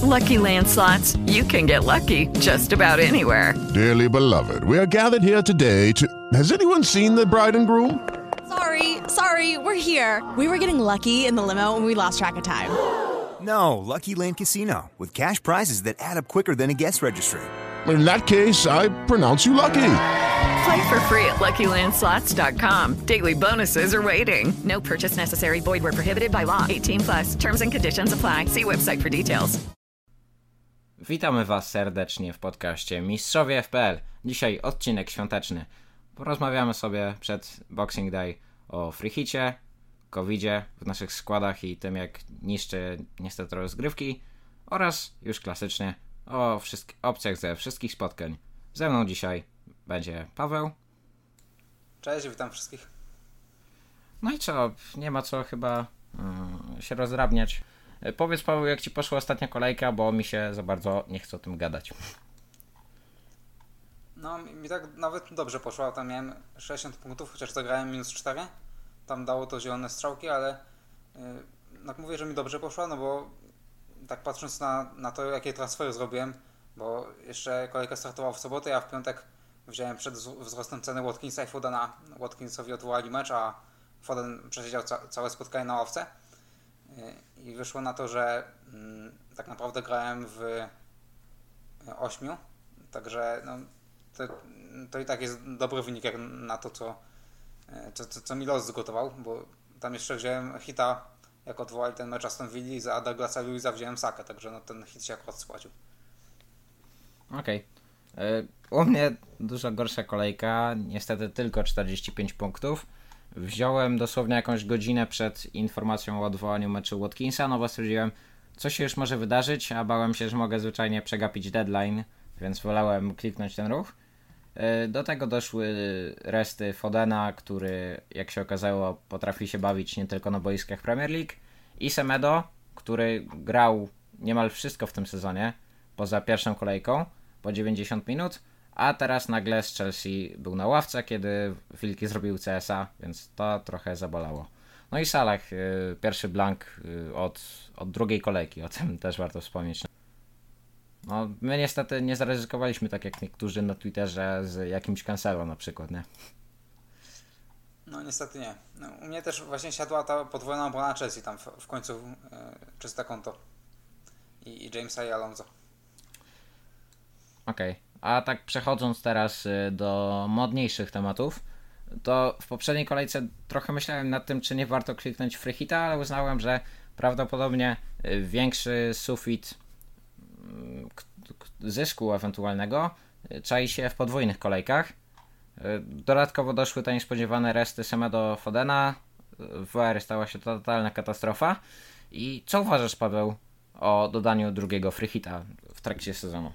Lucky Land Slots, you can get lucky just about anywhere. Dearly beloved, we are gathered here today to... Has anyone seen the bride and groom? Sorry, we're here. We were getting lucky in the limo and we lost track of time. No, Lucky Land Casino, with cash prizes that add up quicker than a guest registry. In that case, I pronounce you lucky. Play for free at LuckyLandSlots.com. Daily bonuses are waiting. No purchase necessary. Void where prohibited by law. 18+. Terms and conditions apply. See website for details. Witamy Was serdecznie w podcaście Mistrzowie FPL. Dzisiaj odcinek świąteczny. Porozmawiamy sobie przed Boxing Day o freehicie, covidzie w naszych składach i tym, jak niszczy niestety rozgrywki, oraz już klasycznie o opcjach ze wszystkich spotkań. Ze mną dzisiaj będzie Paweł. Cześć, witam wszystkich. No i co, nie ma co chyba się rozdrabniać. Powiedz, Paweł, jak Ci poszła ostatnia kolejka, bo mi się za bardzo nie chce o tym gadać. No, mi tak nawet dobrze poszło, tam miałem 60 punktów, chociaż zagrałem -4. Tam dało to zielone strzałki, ale tak mówię, że mi dobrze poszło, no bo tak patrząc na to, jakie transfery zrobiłem, bo jeszcze kolejka startowała w sobotę, ja w piątek wziąłem przed wzrostem ceny Watkinsa i Fodena. Watkinsowi odwołali mecz, a Foden przesiedział całe spotkanie na ławce. I wyszło na to, że tak naprawdę grałem w 8, także no, to i tak jest dobry wynik jak na to, co mi los zgotował, bo tam jeszcze wziąłem hita, jak odwołali ten mecz Aston Villa, a Douglasa Luisa wziąłem Sakę, także no, ten hit się akurat spłacił. Okej. U mnie dużo gorsza kolejka, niestety tylko 45 punktów. Wziąłem dosłownie jakąś godzinę przed informacją o odwołaniu meczu Watkinsa, no bo stwierdziłem, co się już może wydarzyć, a bałem się, że mogę zwyczajnie przegapić deadline, więc wolałem kliknąć ten ruch. Do tego doszły resty Fodena, który, jak się okazało, potrafi się bawić nie tylko na boiskach Premier League, i Semedo, który grał niemal wszystko w tym sezonie, poza pierwszą kolejką, po 90 minut, a teraz nagle z Chelsea był na ławce, kiedy Wilki zrobił CSA, więc to trochę zabolało. No i Salah, pierwszy blank od drugiej kolejki, o tym też warto wspomnieć. No, my niestety nie zaryzykowaliśmy tak jak niektórzy na Twitterze z jakimś Cancelo na przykład, nie? No niestety nie. No, u mnie też właśnie siadła ta podwójna obrona Chelsea, tam w końcu czyste konto. I Jamesa i Alonso. Okej. A tak przechodząc teraz do modniejszych tematów, to w poprzedniej kolejce trochę myślałem nad tym, czy nie warto kliknąć free hita, ale uznałem, że prawdopodobnie większy sufit zysku ewentualnego czai się w podwójnych kolejkach. Dodatkowo doszły te niespodziewane resty Semedo Fodena. W WR stała się to totalna katastrofa. I co uważasz, Paweł, o dodaniu drugiego free hita w trakcie sezonu?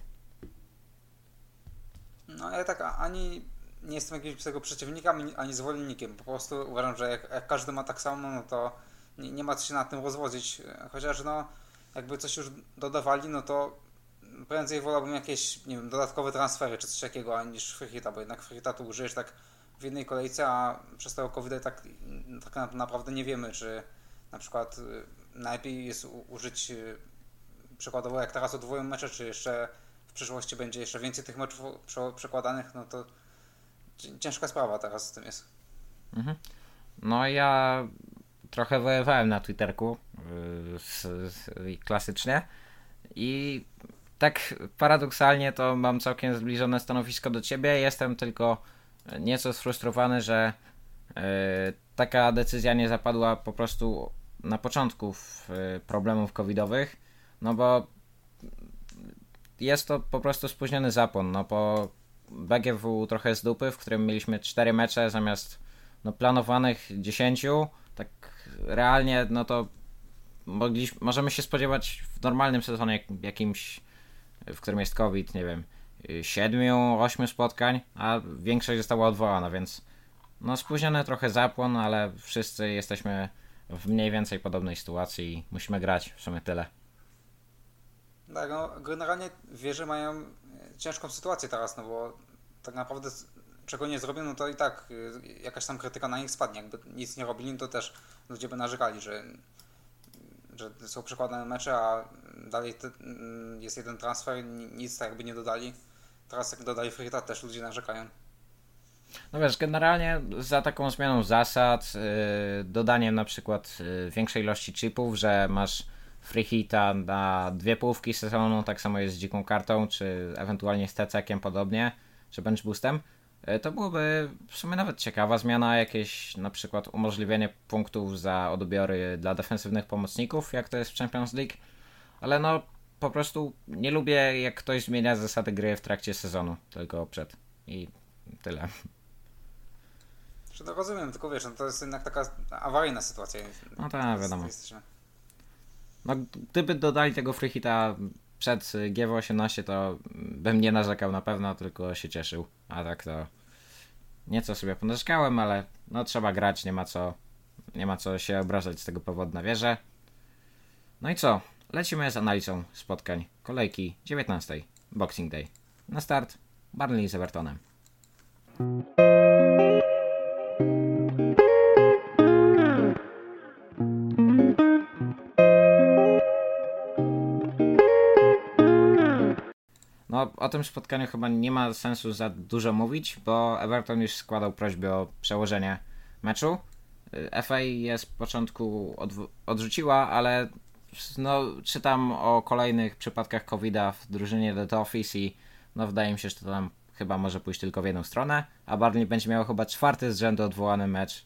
No ja tak ani nie jestem jakimś tego przeciwnikiem, ani zwolennikiem. Po prostu uważam, że jak każdy ma tak samo, no to nie ma co się nad tym rozwodzić. Chociaż no jakby coś już dodawali, no to prędzej wolałbym jakieś, nie wiem, dodatkowe transfery czy coś takiego niż free hita, bo jednak free hita tu użyjesz tak w jednej kolejce, a przez tego COVID tak naprawdę nie wiemy, czy na przykład najlepiej jest użyć przykładowo jak teraz odwołują mecze, czy jeszcze w przyszłości będzie jeszcze więcej tych meczów przekładanych, no to ciężka sprawa teraz z tym jest. No ja trochę wojowałem na Twitterku klasycznie i tak paradoksalnie to mam całkiem zbliżone stanowisko do Ciebie. Jestem tylko nieco sfrustrowany, że taka decyzja nie zapadła po prostu na początku problemów covidowych, no bo jest to po prostu spóźniony zapłon. No po BGW trochę z dupy, w którym mieliśmy 4 mecze zamiast planowanych 10, tak realnie no to możemy się spodziewać w normalnym sezonie jakimś, w którym jest COVID, nie wiem, 7-8 spotkań, a większość została odwołana, więc no spóźniony trochę zapłon, ale wszyscy jesteśmy w mniej więcej podobnej sytuacji i musimy grać, w sumie tyle. Tak, no generalnie wieże mają ciężką sytuację teraz, no bo tak naprawdę czego nie zrobią, no to i tak jakaś tam krytyka na nich spadnie. Jakby nic nie robili, to też ludzie by narzekali, że są przekładane mecze, a dalej jest jeden transfer, nic tak jakby nie dodali. Teraz jak dodali free hita, też ludzie narzekają. No wiesz, generalnie za taką zmianą zasad, dodaniem na przykład większej ilości chipów, że masz free hita na 2 połówki sezonu, tak samo jest z dziką kartą, czy ewentualnie z TC-kiem podobnie, czy bench boostem, to byłoby w sumie nawet ciekawa zmiana, jakieś na przykład umożliwienie punktów za odbiory dla defensywnych pomocników, jak to jest w Champions League, ale no po prostu nie lubię, jak ktoś zmienia zasady gry w trakcie sezonu, tylko przed i tyle. To rozumiem, tylko wiesz, no to jest jednak taka awaryjna sytuacja. No tak, wiadomo. No, gdyby dodali tego free hita przed GW18, to bym nie narzekał na pewno, tylko się cieszył. A tak to nieco sobie ponarzekałem, ale no trzeba grać, nie ma co się obrażać z tego powodu na wieżę. No i co? Lecimy z analizą spotkań kolejki 19. Boxing Day. Na start Burnley z Evertonem. No, o tym spotkaniu chyba nie ma sensu za dużo mówić, bo Everton już składał prośbę o przełożenie meczu. FA je z początku odrzuciła, ale no, czytam o kolejnych przypadkach COVID-a w drużynie The Office i no, wydaje mi się, że to tam chyba może pójść tylko w jedną stronę, a Burnley będzie miał chyba 4. z rzędu odwołany mecz,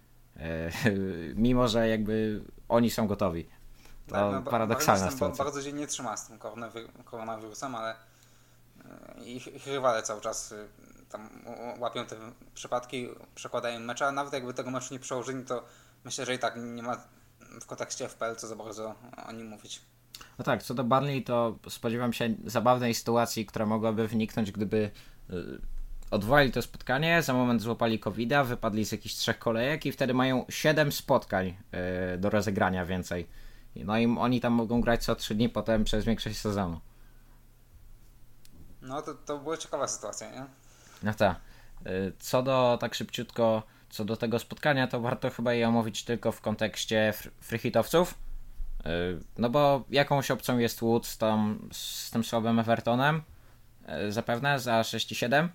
mimo że jakby oni są gotowi. To tak, no, paradoksalna sytuacja. Bardzo dzień nie trzyma z tym koronawirusem, ale ich rywale cały czas tam łapią te przypadki, przekładają mecze, a nawet jakby tego meczu nie przełożyli, to myślę, że i tak nie ma w kontekście FPL co za bardzo o nim mówić. No tak, co do Burnley, to spodziewam się zabawnej sytuacji, która mogłaby wyniknąć, gdyby odwołali to spotkanie, za moment złapali COVID-a, wypadli z jakichś 3 kolejek i wtedy mają 7 spotkań do rozegrania więcej. No i oni tam mogą grać co 3 dni potem przez większość sezonu. No to była ciekawa sytuacja, nie? No tak. Tak szybciutko, co do tego spotkania, to warto chyba je omówić tylko w kontekście freehitowców. No bo jakąś opcją jest Wood z tym słabym Evertonem, zapewne za 6,7.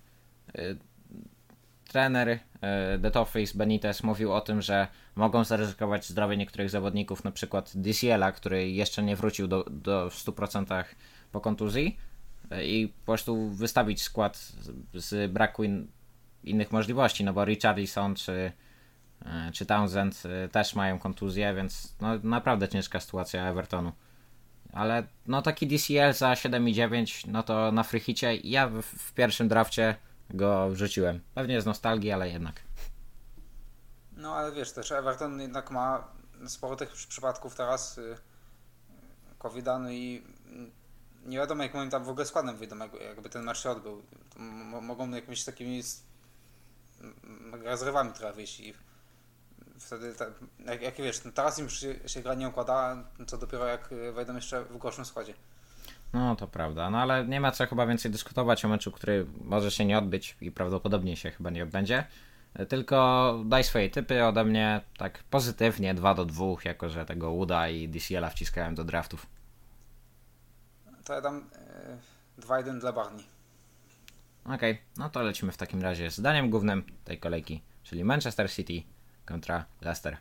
Trener The Office Benitez mówił o tym, że mogą zaryzykować zdrowie niektórych zawodników, na przykład DCL-a, który jeszcze nie wrócił w 100% po kontuzji, i po prostu wystawić skład z braku innych możliwości, no bo Richarlison czy Townsend też mają kontuzję, więc no naprawdę ciężka sytuacja Evertonu. Ale no taki DCL za 7,9, no to na freehicie ja w pierwszym drafcie go wrzuciłem. Pewnie z nostalgii, ale jednak. No ale wiesz, też Everton jednak ma sporo tych przypadków teraz COVID-a, no i nie wiadomo jak moim tam w ogóle składem wyjdą, jakby ten mecz się odbył. Mogą jakimiś takimi rozrywami trochę wyjść i wtedy, jak wiesz, teraz im się gra nie układa, co dopiero jak wejdą jeszcze w gorszym składzie. No to prawda, no ale nie ma co chyba więcej dyskutować o meczu, który może się nie odbyć i prawdopodobnie się chyba nie odbędzie. Tylko daj swoje typy ode mnie tak pozytywnie, 2-2, jako że tego Wooda i DCL-a wciskałem do draftów. To ja dam 2-1 dla Barney. Okej, no to lecimy w takim razie z zdaniem głównym tej kolejki, czyli Manchester City kontra Leicester.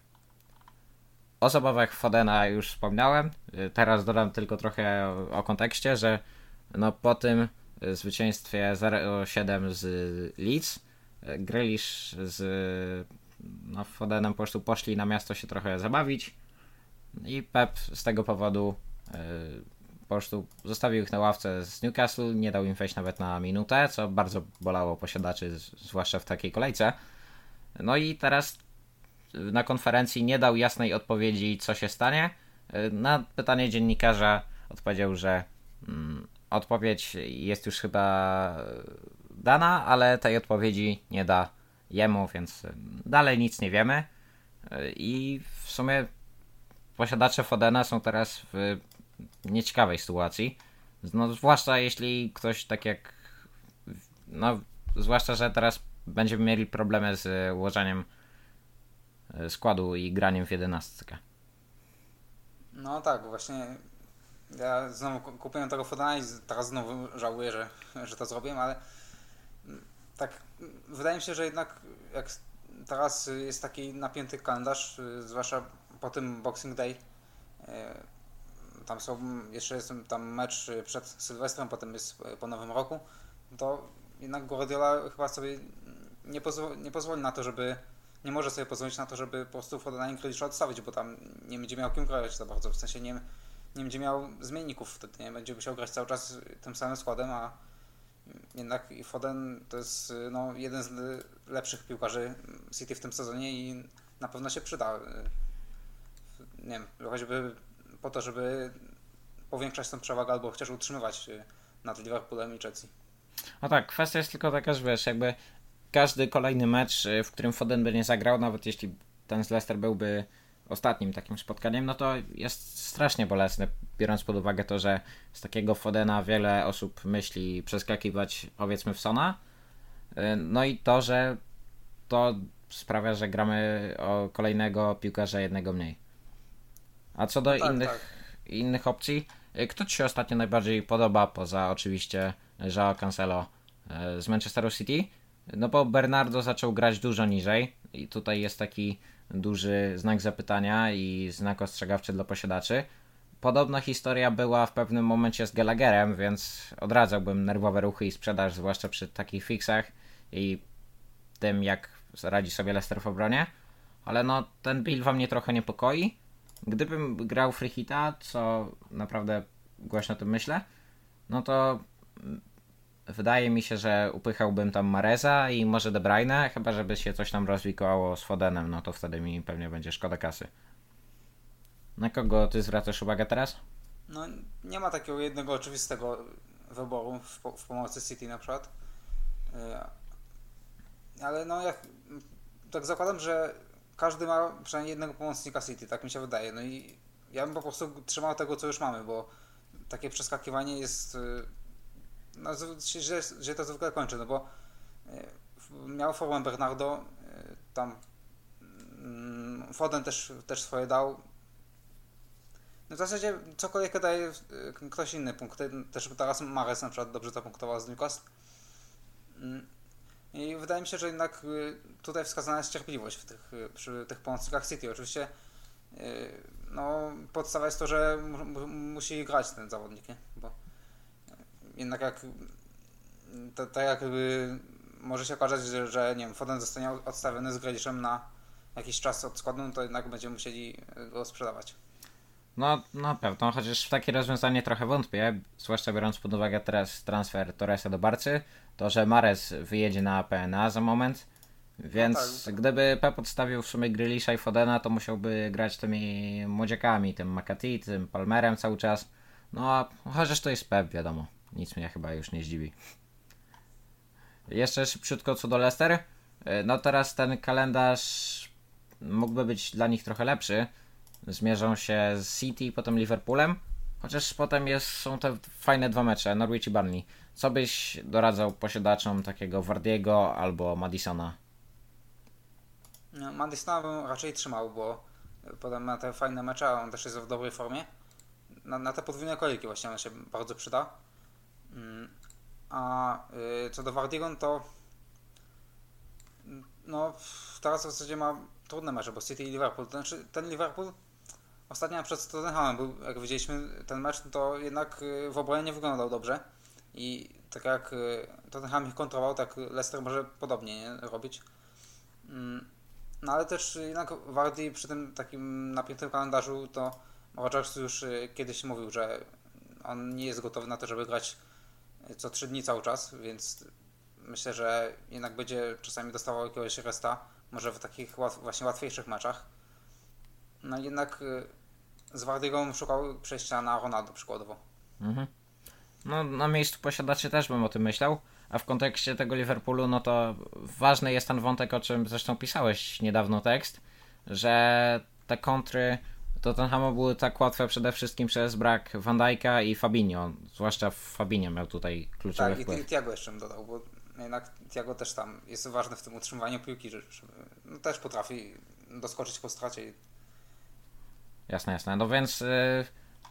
O zabawach Fodena już wspomniałem, teraz dodam tylko trochę o kontekście, że no po tym zwycięstwie 0-7 z Leeds, Grealish z Fodenem po prostu poszli na miasto się trochę zabawić i Pep z tego powodu po prostu zostawił ich na ławce z Newcastle, nie dał im wejść nawet na minutę, co bardzo bolało posiadaczy, zwłaszcza w takiej kolejce. No i teraz na konferencji nie dał jasnej odpowiedzi, co się stanie. Na pytanie dziennikarza odpowiedział, że odpowiedź jest już chyba dana, ale tej odpowiedzi nie da jemu, więc dalej nic nie wiemy. I w sumie posiadacze Fodena są teraz w nieciekawej sytuacji. No, zwłaszcza jeśli ktoś tak jak... No, zwłaszcza, że teraz będziemy mieli problemy z ułożeniem składu i graniem w 11. No tak, właśnie Ja znowu kupiłem tego Fodena i teraz znowu żałuję, że to zrobiłem, ale tak wydaje mi się, że jednak jak teraz jest taki napięty kalendarz, zwłaszcza po tym Boxing Day, tam jeszcze jest tam mecz przed Sylwestrem, potem jest po Nowym Roku, to jednak Guardiola chyba sobie nie pozwoli na to, nie może sobie pozwolić na to, żeby po prostu Fodena i Grealisha odstawić, bo tam nie będzie miał kim grać za bardzo, w sensie nie będzie miał zmienników wtedy, nie będzie musiał grać cały czas tym samym składem, a jednak Foden to jest jeden z lepszych piłkarzy City w tym sezonie i na pewno się przyda. Nie wiem, choćby po to, żeby powiększać tę przewagę albo chociaż utrzymywać nad Liverpoolem i Chelsea. No tak, kwestia jest tylko taka, że wiesz, jakby każdy kolejny mecz, w którym Foden by nie zagrał, nawet jeśli ten z Leicester byłby ostatnim takim spotkaniem, no to jest strasznie bolesny, biorąc pod uwagę to, że z takiego Fodena wiele osób myśli przeskakiwać powiedzmy w Sona, no i to, że to sprawia, że gramy o kolejnego piłkarza jednego mniej. A co do innych opcji, kto Ci się ostatnio najbardziej podoba, poza oczywiście João Cancelo z Manchesteru City? No bo Bernardo zaczął grać dużo niżej i tutaj jest taki duży znak zapytania i znak ostrzegawczy dla posiadaczy. Podobna historia była w pewnym momencie z Gallagherem, więc odradzałbym nerwowe ruchy i sprzedaż, zwłaszcza przy takich fixach i tym, jak radzi sobie Leicester w obronie. Ale no, ten Bill mnie trochę niepokoi. Gdybym grał free hita, co naprawdę głośno o tym myślę, no to wydaje mi się, że upychałbym tam Mareza i może De Bruyne, chyba żeby się coś tam rozwikłało z Fodenem, no to wtedy mi pewnie będzie szkoda kasy. Na kogo ty zwracasz uwagę teraz? No nie ma takiego jednego oczywistego wyboru w pomocy City na przykład. Ale no tak zakładam, że każdy ma przynajmniej jednego pomocnika City, tak mi się wydaje. No i ja bym po prostu trzymał tego, co już mamy, bo takie przeskakiwanie jest... No, że to zwykle kończy, no bo miał formę Bernardo, tam Foden też swoje dał. No w zasadzie co kolejkę daje ktoś inny punkty. Też teraz Mahrez na przykład dobrze zapunktował z Newcastle. I wydaje mi się, że jednak tutaj wskazana jest cierpliwość przy tych pomocnikach City. Oczywiście no, podstawa jest to, że musi grać ten zawodnik, nie? Bo jednak tak jakby może się okazać, że nie wiem, Foden zostanie odstawiony z Grealishem na jakiś czas od składu, no to jednak będziemy musieli go sprzedawać. No na pewno, chociaż w takie rozwiązanie trochę wątpię, zwłaszcza biorąc pod uwagę teraz transfer Torresa do Barcy, to że Mahrez wyjedzie na PNA za moment, więc no tak. Gdyby Pep odstawił w sumie Grealisha i Fodena, to musiałby grać tymi młodziakami, tym McAtee, tym Palmerem cały czas, no a chociaż to jest Pep, wiadomo, nic mnie chyba już nie zdziwi. Jeszcze szybciutko co do Leicester, no teraz ten kalendarz mógłby być dla nich trochę lepszy. Zmierzą się z City, potem Liverpoolem, chociaż potem są te fajne dwa mecze, Norwich i Burnley. Co byś doradzał posiadaczom takiego Wardiego albo Madisona? No, Madisona bym raczej trzymał, bo potem na te fajne mecze, on też jest w dobrej formie. Na te podwójne kolejki właśnie on się bardzo przyda. A co do Wardiego, to no teraz w zasadzie ma trudne mecze, bo City i Liverpool. To znaczy ten Liverpool ostatnio przed Tottenhamem był, jak widzieliśmy ten mecz, to jednak w obronie nie wyglądał dobrze i tak jak Tottenham ich kontrolował, tak Leicester może podobnie nie robić. No ale też jednak Vardy przy tym takim napiętym kalendarzu, to Rodgers już kiedyś mówił, że on nie jest gotowy na to, żeby grać co 3 dni cały czas, więc myślę, że jednak będzie czasami dostawał jakiegoś resta, może w takich właśnie łatwiejszych meczach. No jednak z Wardiego szukał przejścia na Ronaldo przykładowo. Mhm. No na miejscu posiadaczy też bym o tym myślał, a w kontekście tego Liverpoolu, no to ważny jest ten wątek, o czym zresztą pisałeś niedawno tekst, że te kontry Tottenhamu były tak łatwe przede wszystkim przez brak Van Dijk'a i Fabinho, zwłaszcza Fabinho miał tutaj kluczowy wpływ. Tak, i Thiago jeszcze bym dodał, bo jednak Thiago też tam jest ważny w tym utrzymywaniu piłki, że no, też potrafi doskoczyć po stracie. Jasne. No więc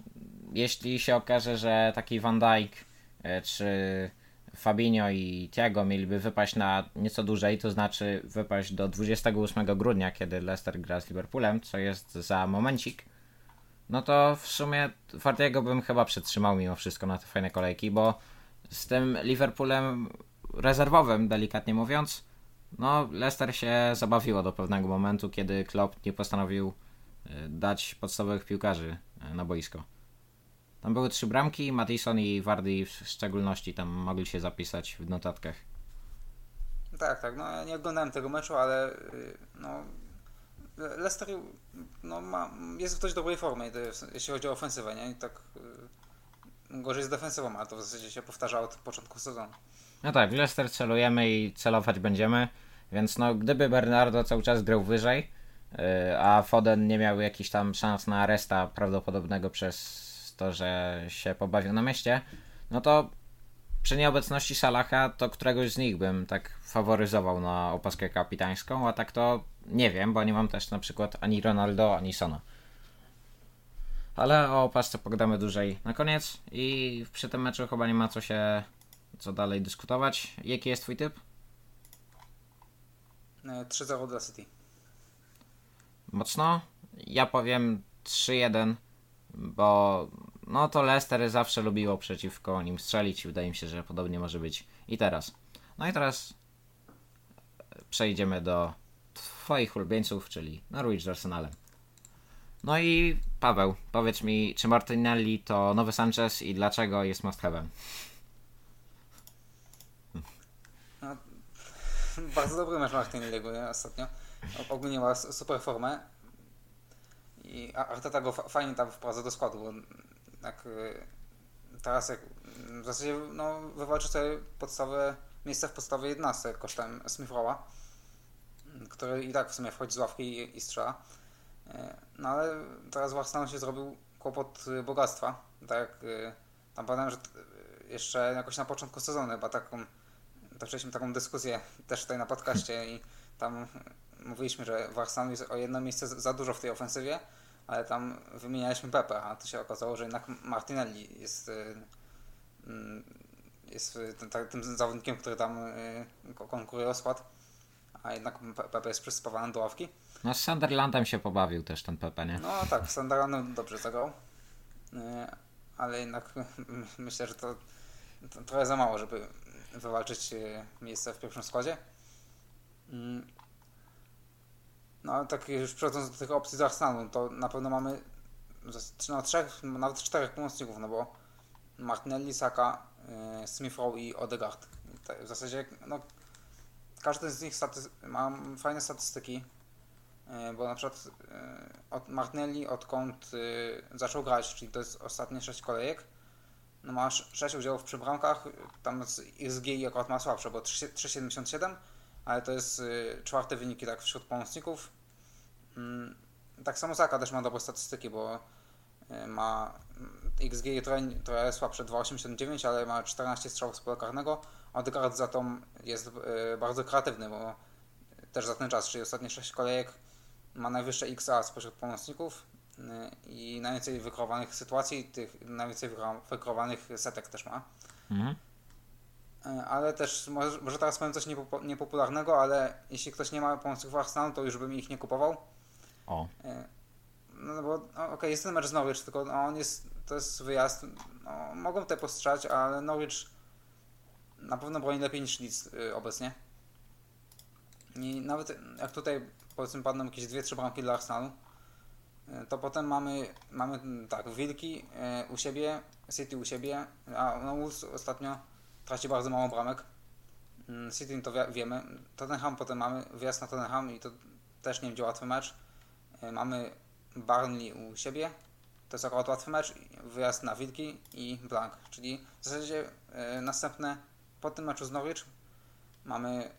jeśli się okaże, że taki Van Dijk czy Fabinho i Thiago mieliby wypaść na nieco dłużej, to znaczy wypaść do 28 grudnia, kiedy Leicester gra z Liverpoolem, co jest za momencik, no to w sumie Vardy'ego bym chyba przytrzymał mimo wszystko na te fajne kolejki, bo z tym Liverpoolem rezerwowym, delikatnie mówiąc, no Leicester się zabawiło do pewnego momentu, kiedy Klopp nie postanowił dać podstawowych piłkarzy na boisko. Tam były 3 bramki, Maddison i Vardy w szczególności tam mogli się zapisać w notatkach. Tak, no ja nie oglądałem tego meczu, ale no Leicester no, jest w dość dobrej formie, jeśli chodzi o ofensywę, nie? I tak gorzej z defensywą, ale to w zasadzie się powtarza od początku sezonu. No tak, w Leicester celujemy i celować będziemy, więc no gdyby Bernardo cały czas grał wyżej, a Foden nie miał jakichś tam szans na aresta prawdopodobnego przez to, że się pobawił na mieście, no to przy nieobecności Salaha to któregoś z nich bym tak faworyzował na opaskę kapitańską, a tak to nie wiem, bo nie mam też na przykład ani Ronaldo, ani Sona. Ale o opasce pogadamy dłużej na koniec i przy tym meczu chyba nie ma co dalej dyskutować. Jaki jest twój typ? 3-0 dla City. Mocno? Ja powiem 3-1, bo no to Leicester zawsze lubiło przeciwko nim strzelić i wydaje mi się, że podobnie może być i teraz. No i teraz przejdziemy do twoich ulubieńców, czyli Norwich z Arsenalem. No i Paweł, powiedz mi, czy Martinelli to nowy Sanchez i dlaczego jest must have'em? No, bardzo dobry mecz Martinelli'ego ostatnio. Ogólnie ma super formę i Arteta go fajnie tam wprowadza do składu, bo tak teraz jak w zasadzie no, wywalczy sobie miejsce w podstawie 11 kosztem Smith Rowe'a, który i tak w sumie wchodzi z ławki i strzela. No ale teraz w Arsenalu się zrobił kłopot bogactwa. Tak jak tam pamiętam, że jeszcze jakoś na początku sezonu chyba toczyliśmy taką dyskusję też tutaj na podcaście i tam mówiliśmy, że w Arsenalu jest o jedno miejsce za dużo w tej ofensywie, ale tam wymienialiśmy Pepe, a to się okazało, że jednak Martinelli jest tym zawodnikiem, który tam konkuruje o skład, a jednak Pepe jest przyspawany do ławki. No z Sunderlandem się pobawił też ten Pepe, nie? No tak, Sunderlandem dobrze zagrał, ale jednak myślę, że to trochę za mało, żeby wywalczyć miejsce w pierwszym składzie. No ale tak już przechodząc do tych opcji z Arsenalu, to na pewno mamy nawet 4 pomocników, no bo Martinelli, Saka, Smith Rowe i Odegaard. W zasadzie no, każdy z nich ma fajne statystyki, bo na przykład Martinelli odkąd zaczął grać, czyli to jest ostatnie 6 kolejek, no ma 6 udziałów przy bramkach, tam z XG akurat ma słabsze, bo 3,77, ale to jest 4. wyniki tak wśród pomocników. Tak samo Saka też ma dobre statystyki, bo ma XG trochę słabsze 2,89, ale ma 14 strzałów z pola karnego. Odegaard za to jest bardzo kreatywny, bo też za ten czas, czyli ostatnie 6 kolejek ma najwyższe XA spośród pomocników i najwięcej wykreowanych sytuacji, najwięcej wykreowanych setek też ma. Ale też, może teraz powiem coś niepopularnego, ale jeśli ktoś nie ma pomocników Arsenalu, to już bym ich nie kupował. No bo okej, jest ten mecz z Norwich, tylko to jest wyjazd. No, mogą tutaj postrzelać, ale Norwich na pewno broni lepiej niż Leeds obecnie. I nawet jak tutaj powiedzmy padną jakieś 2-3 bramki dla Arsenalu, to potem mamy tak, Wilki u siebie, City u siebie, a no Wolves ostatnio traci bardzo mało bramek. City to wiemy. Tottenham potem mamy wyjazd na Tottenham i to też nie będzie łatwy mecz. Mamy Burnley u siebie, to jest akurat łatwy mecz, wyjazd na Wilki i Blank, czyli w zasadzie następne po tym meczu z Norwich mamy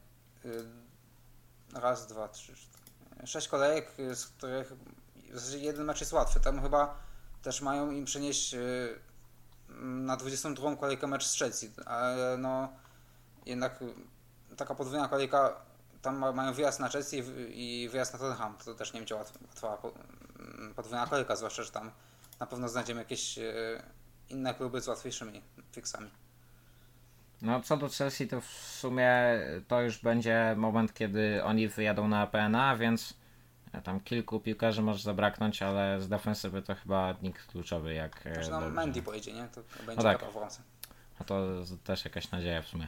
6 kolejek, z których w zasadzie jeden mecz jest łatwy. Tam chyba też mają im przenieść na 22 kolejkę mecz z Chelsea, ale no jednak taka podwójna kolejka, tam mają wyjazd na Chelsea i wyjazd na Tottenham, to też nie będzie łatwa podwójna kolejka, zwłaszcza, że tam na pewno znajdziemy jakieś inne kluby z łatwiejszymi fiksami. No co do Chelsea, to w sumie to już będzie moment, kiedy oni wyjadą na PNA, więc tam kilku piłkarzy może zabraknąć, ale z defensywy to chyba nikt kluczowy jak... Zresztą Mendy pojedzie, nie? To będzie no tak. kapał w ręce. No to też jakaś nadzieja w sumie.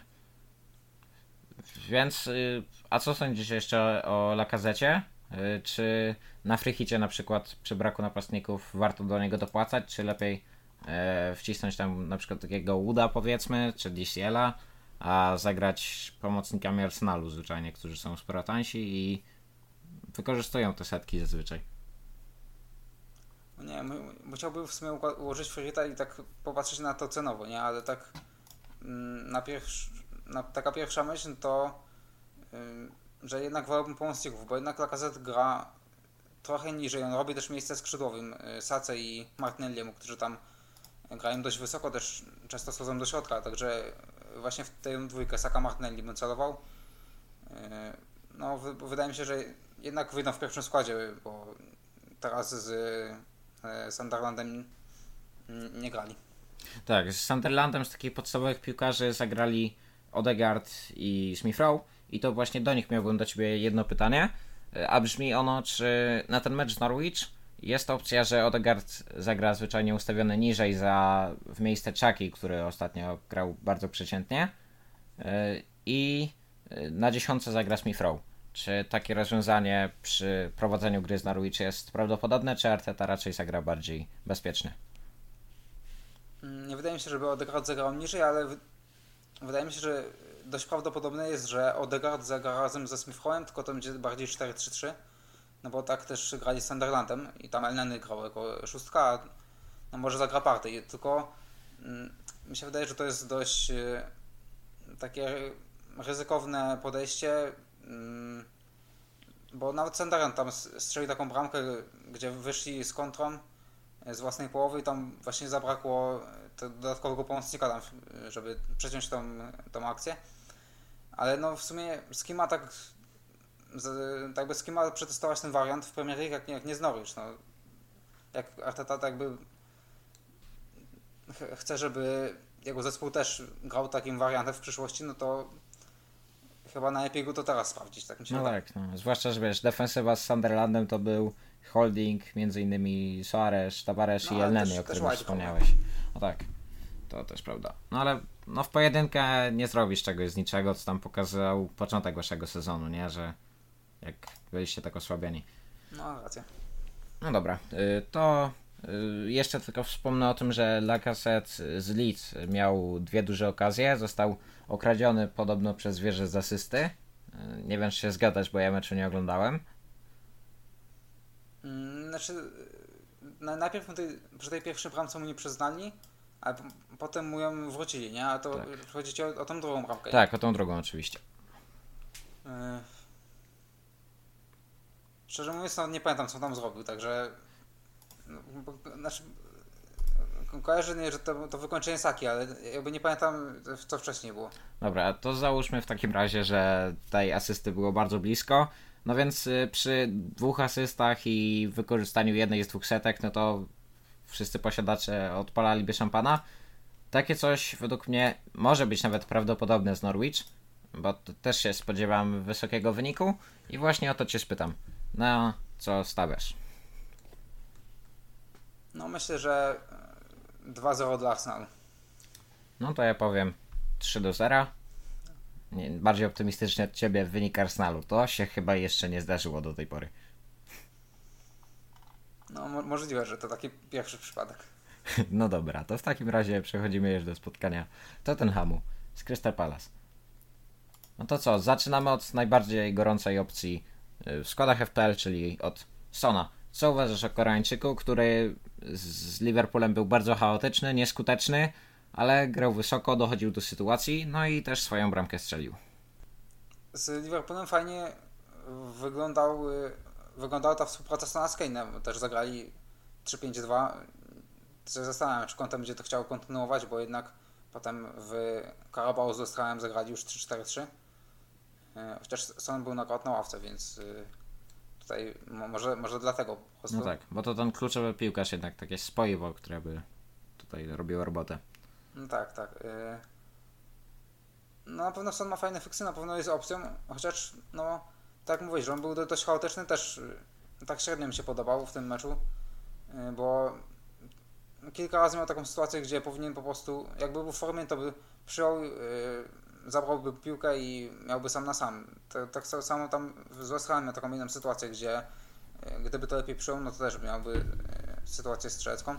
Więc, a co sądzisz jeszcze o Lacazette? Czy na Frichicie na przykład przy braku napastników warto do niego dopłacać, czy lepiej wcisnąć tam na przykład takiego Wooda powiedzmy, czy DCL-a, a zagrać pomocnikami Arsenalu zwyczajnie, którzy są sporo tańsi i wykorzystują te setki zazwyczaj. Nie, musiałbym w sumie ułożyć Frichita i tak popatrzeć na to cenowo, nie? Ale tak taka pierwsza myśl to, że jednak wolałbym pomocników, bo jednak Lacazette gra trochę niżej, on robi też miejsce skrzydłowym Sace i Martinelliemu, którzy tam grają dość wysoko, też często schodzą do środka, także właśnie w tę dwójkę Saka Martinelli bym celował. No, wydaje mi się, że jednak wyjdą w pierwszym składzie, bo teraz z Sunderlandem nie grali. Tak, z Sunderlandem z takich podstawowych piłkarzy zagrali Odegaard i Smith Rowe i to właśnie do nich miałbym do Ciebie jedno pytanie, a brzmi ono, czy na ten mecz z Norwich jest opcja, że Odegaard zagra zwyczajnie ustawiony niżej w miejsce Chucky, który ostatnio grał bardzo przeciętnie i na 10 zagra Smith Rowe. Czy takie rozwiązanie przy prowadzeniu gry z Norwich jest prawdopodobne, czy Arteta raczej zagra bardziej bezpiecznie? Nie wydaje mi się, żeby Odegaard zagrał niżej, ale wydaje mi się, że dość prawdopodobne jest, że Odegaard zagra razem ze Smith Rowe'em, tylko to będzie bardziej 4-3-3. No bo tak też grali z Sunderlandem i tam Elneny grał jako szóstka, no może zagra Partey, tylko mi się wydaje, że to jest dość takie ryzykowne podejście, bo nawet Sunderland tam strzelił taką bramkę, gdzie wyszli z kontrą z własnej połowy i tam właśnie zabrakło dodatkowego pomocnika tam, żeby przeciąć tą akcję, ale no w sumie Skima tak by Skima przetestować ten wariant w Premier League jak nie z Norwich. No, jak Arteta tak by chce, żeby jego zespół też grał takim wariantem w przyszłości, no to chyba najlepiej go to teraz sprawdzić. Tak mi się wydaje. Tak, no. Zwłaszcza, że wiesz, defensywa z Sunderlandem to był Holding, między innymi Soares, Tavares i Elneny, o którym wspomniałeś. No tak, to też prawda. No ale w pojedynkę nie zrobisz czegoś z niczego, co tam pokazał początek waszego sezonu, nie? Że jak byliście tak osłabieni. No, racja. No dobra, to jeszcze tylko wspomnę o tym, że Lacazette z Leeds miał 2 duże okazje, został okradziony podobno przez wieżę z asysty. Nie wiem, czy się zgadać, bo ja meczu nie oglądałem. Znaczy, najpierw przy tej pierwszej bramce mu nie przyznali, a potem mu ją wrócili, nie? A to tak. Chodzi ci o tą drugą bramkę. Tak, o tą drugą oczywiście. Szczerze mówiąc, no, nie pamiętam, co tam zrobił, także kojarzę, że to wykończenie Saki, ale jakby nie pamiętam, co wcześniej było. Dobra, to załóżmy w takim razie, że tej asysty było bardzo blisko. No więc przy 2 asystach i wykorzystaniu jednej z 2 setek, no to wszyscy posiadacze odpalaliby szampana. Takie coś według mnie może być nawet prawdopodobne z Norwich, bo też się spodziewam wysokiego wyniku i właśnie o to Cię spytam. No, co stawiasz? No myślę, że 2-0 dla Arsenalu. No to ja powiem 3-0. Bardziej optymistycznie od Ciebie wynik Arsenalu. To się chyba jeszcze nie zdarzyło do tej pory. No możliwe, że to taki pierwszy przypadek. No dobra, to w takim razie przechodzimy już do spotkania Tottenhamu z Crystal Palace. No to co, zaczynamy od najbardziej gorącej opcji w składach FPL, czyli od Sona. Co uważasz o Koreańczyku, który z Liverpoolem był bardzo chaotyczny, nieskuteczny, ale grał wysoko, dochodził do sytuacji, no i też swoją bramkę strzelił. Z Liverpoolem fajnie wyglądała ta współpraca Sona z Kane'em. Też zagrali 3-5-2. Zastanawiam się, czy Conte będzie to chciał kontynuować, bo jednak potem w Carabao z Australią zagrali już 3-4-3. Chociaż Son był na ławce, więc tutaj może dlatego po prostu. No tak, bo to ten kluczowy piłkarz jednak, takie spoiwo, które by tutaj robiło robotę. No tak. No na pewno Son ma fajne fiksy, na pewno jest opcją, chociaż no tak jak mówisz, że on był dość chaotyczny, też tak średnio mi się podobał w tym meczu, bo kilka razy miał taką sytuację, gdzie powinien po prostu, jakby był w formie, to by przyjął, zabrałby piłkę i miałby sam na sam. Tak samo tam z West Hamem miał taką inną sytuację, gdzie gdyby to lepiej przyjął, no to też miałby sytuację strzelecką.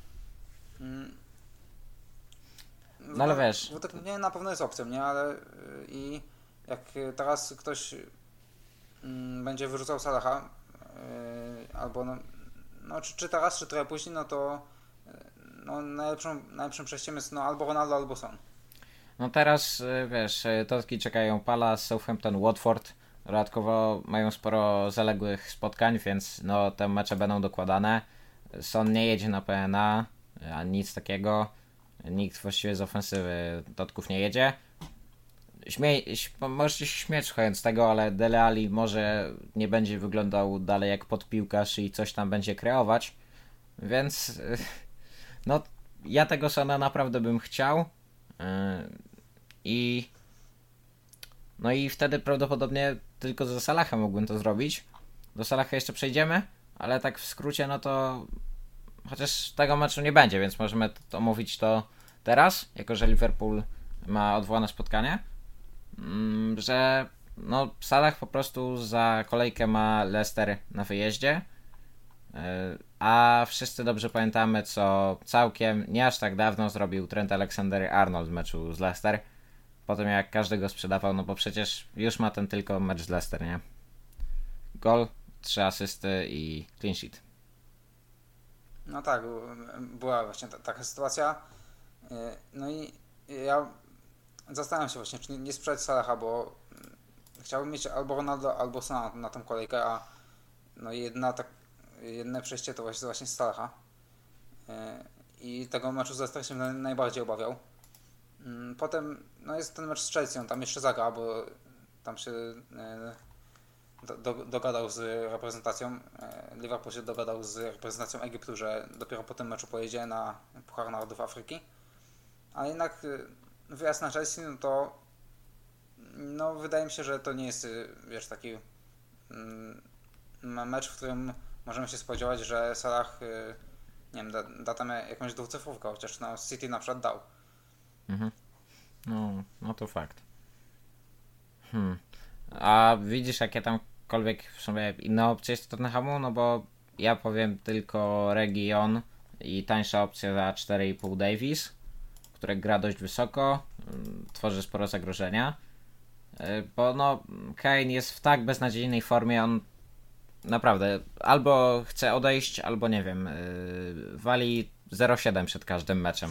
No ale wiesz... Bo tak nie, na pewno jest opcją, nie? Ale i jak teraz ktoś będzie wyrzucał Salaha, albo no czy teraz, czy trochę później, no to no najlepszym przejściem jest no albo Ronaldo, albo Son. No teraz, wiesz, Totki czekają Palace, Southampton, Watford. Dodatkowo mają sporo zaległych spotkań, więc no te mecze będą dokładane. Son nie jedzie na PNA, ani nic takiego. Nikt właściwie z ofensywy Totków nie jedzie. Możecie się śmiać słuchając tego, ale Dele Alli może nie będzie wyglądał dalej jak podpiłkarz i coś tam będzie kreować. Więc no ja tego Sona naprawdę bym chciał. I wtedy prawdopodobnie tylko za Salaha mógłbym to zrobić. Do Salaha jeszcze przejdziemy, ale tak w skrócie, no to chociaż tego meczu nie będzie, więc możemy omówić to teraz, jako że Liverpool ma odwołane spotkanie, że no Salah po prostu za kolejkę ma Leicester na wyjeździe, a wszyscy dobrze pamiętamy, co całkiem nie aż tak dawno zrobił Trent Alexander-Arnold w meczu z Leicester, po tym jak każdy go sprzedawał, no bo przecież już ma ten tylko mecz z Leicester, nie? Gol, 3 asysty i clean sheet. No tak, była właśnie taka sytuacja. No i ja zastanawiam się właśnie, czy nie sprzedać Salaha, bo chciałbym mieć albo Ronaldo, albo Sona na tą kolejkę, a no jedne przejście to właśnie z Salaha. I tego meczu z Leicester się najbardziej obawiał. Potem no jest ten mecz z Chelsea, on tam jeszcze zagra, bo tam się dogadał z reprezentacją, Liverpool się dogadał z reprezentacją Egiptu, że dopiero po tym meczu pojedzie na Puchar Narodów Afryki. Ale jednak wyjazd na Chelsea, no to no wydaje mi się, że to nie jest, wiesz, taki mecz, w którym możemy się spodziewać, że Salah, nie wiem, da tam jakąś dwucyfrówkę, chociaż na City na przykład dał. Mhm. No to fakt. A widzisz jakie tamkolwiek w sumie inne opcje jest Tottenhamu? No bo ja powiem tylko Region i tańsza opcja za 4,5 Davies, który gra dość wysoko, tworzy sporo zagrożenia. Bo no Kane jest w tak beznadziejnej formie, on naprawdę albo chce odejść, albo nie wiem, wali 0,7 przed każdym meczem.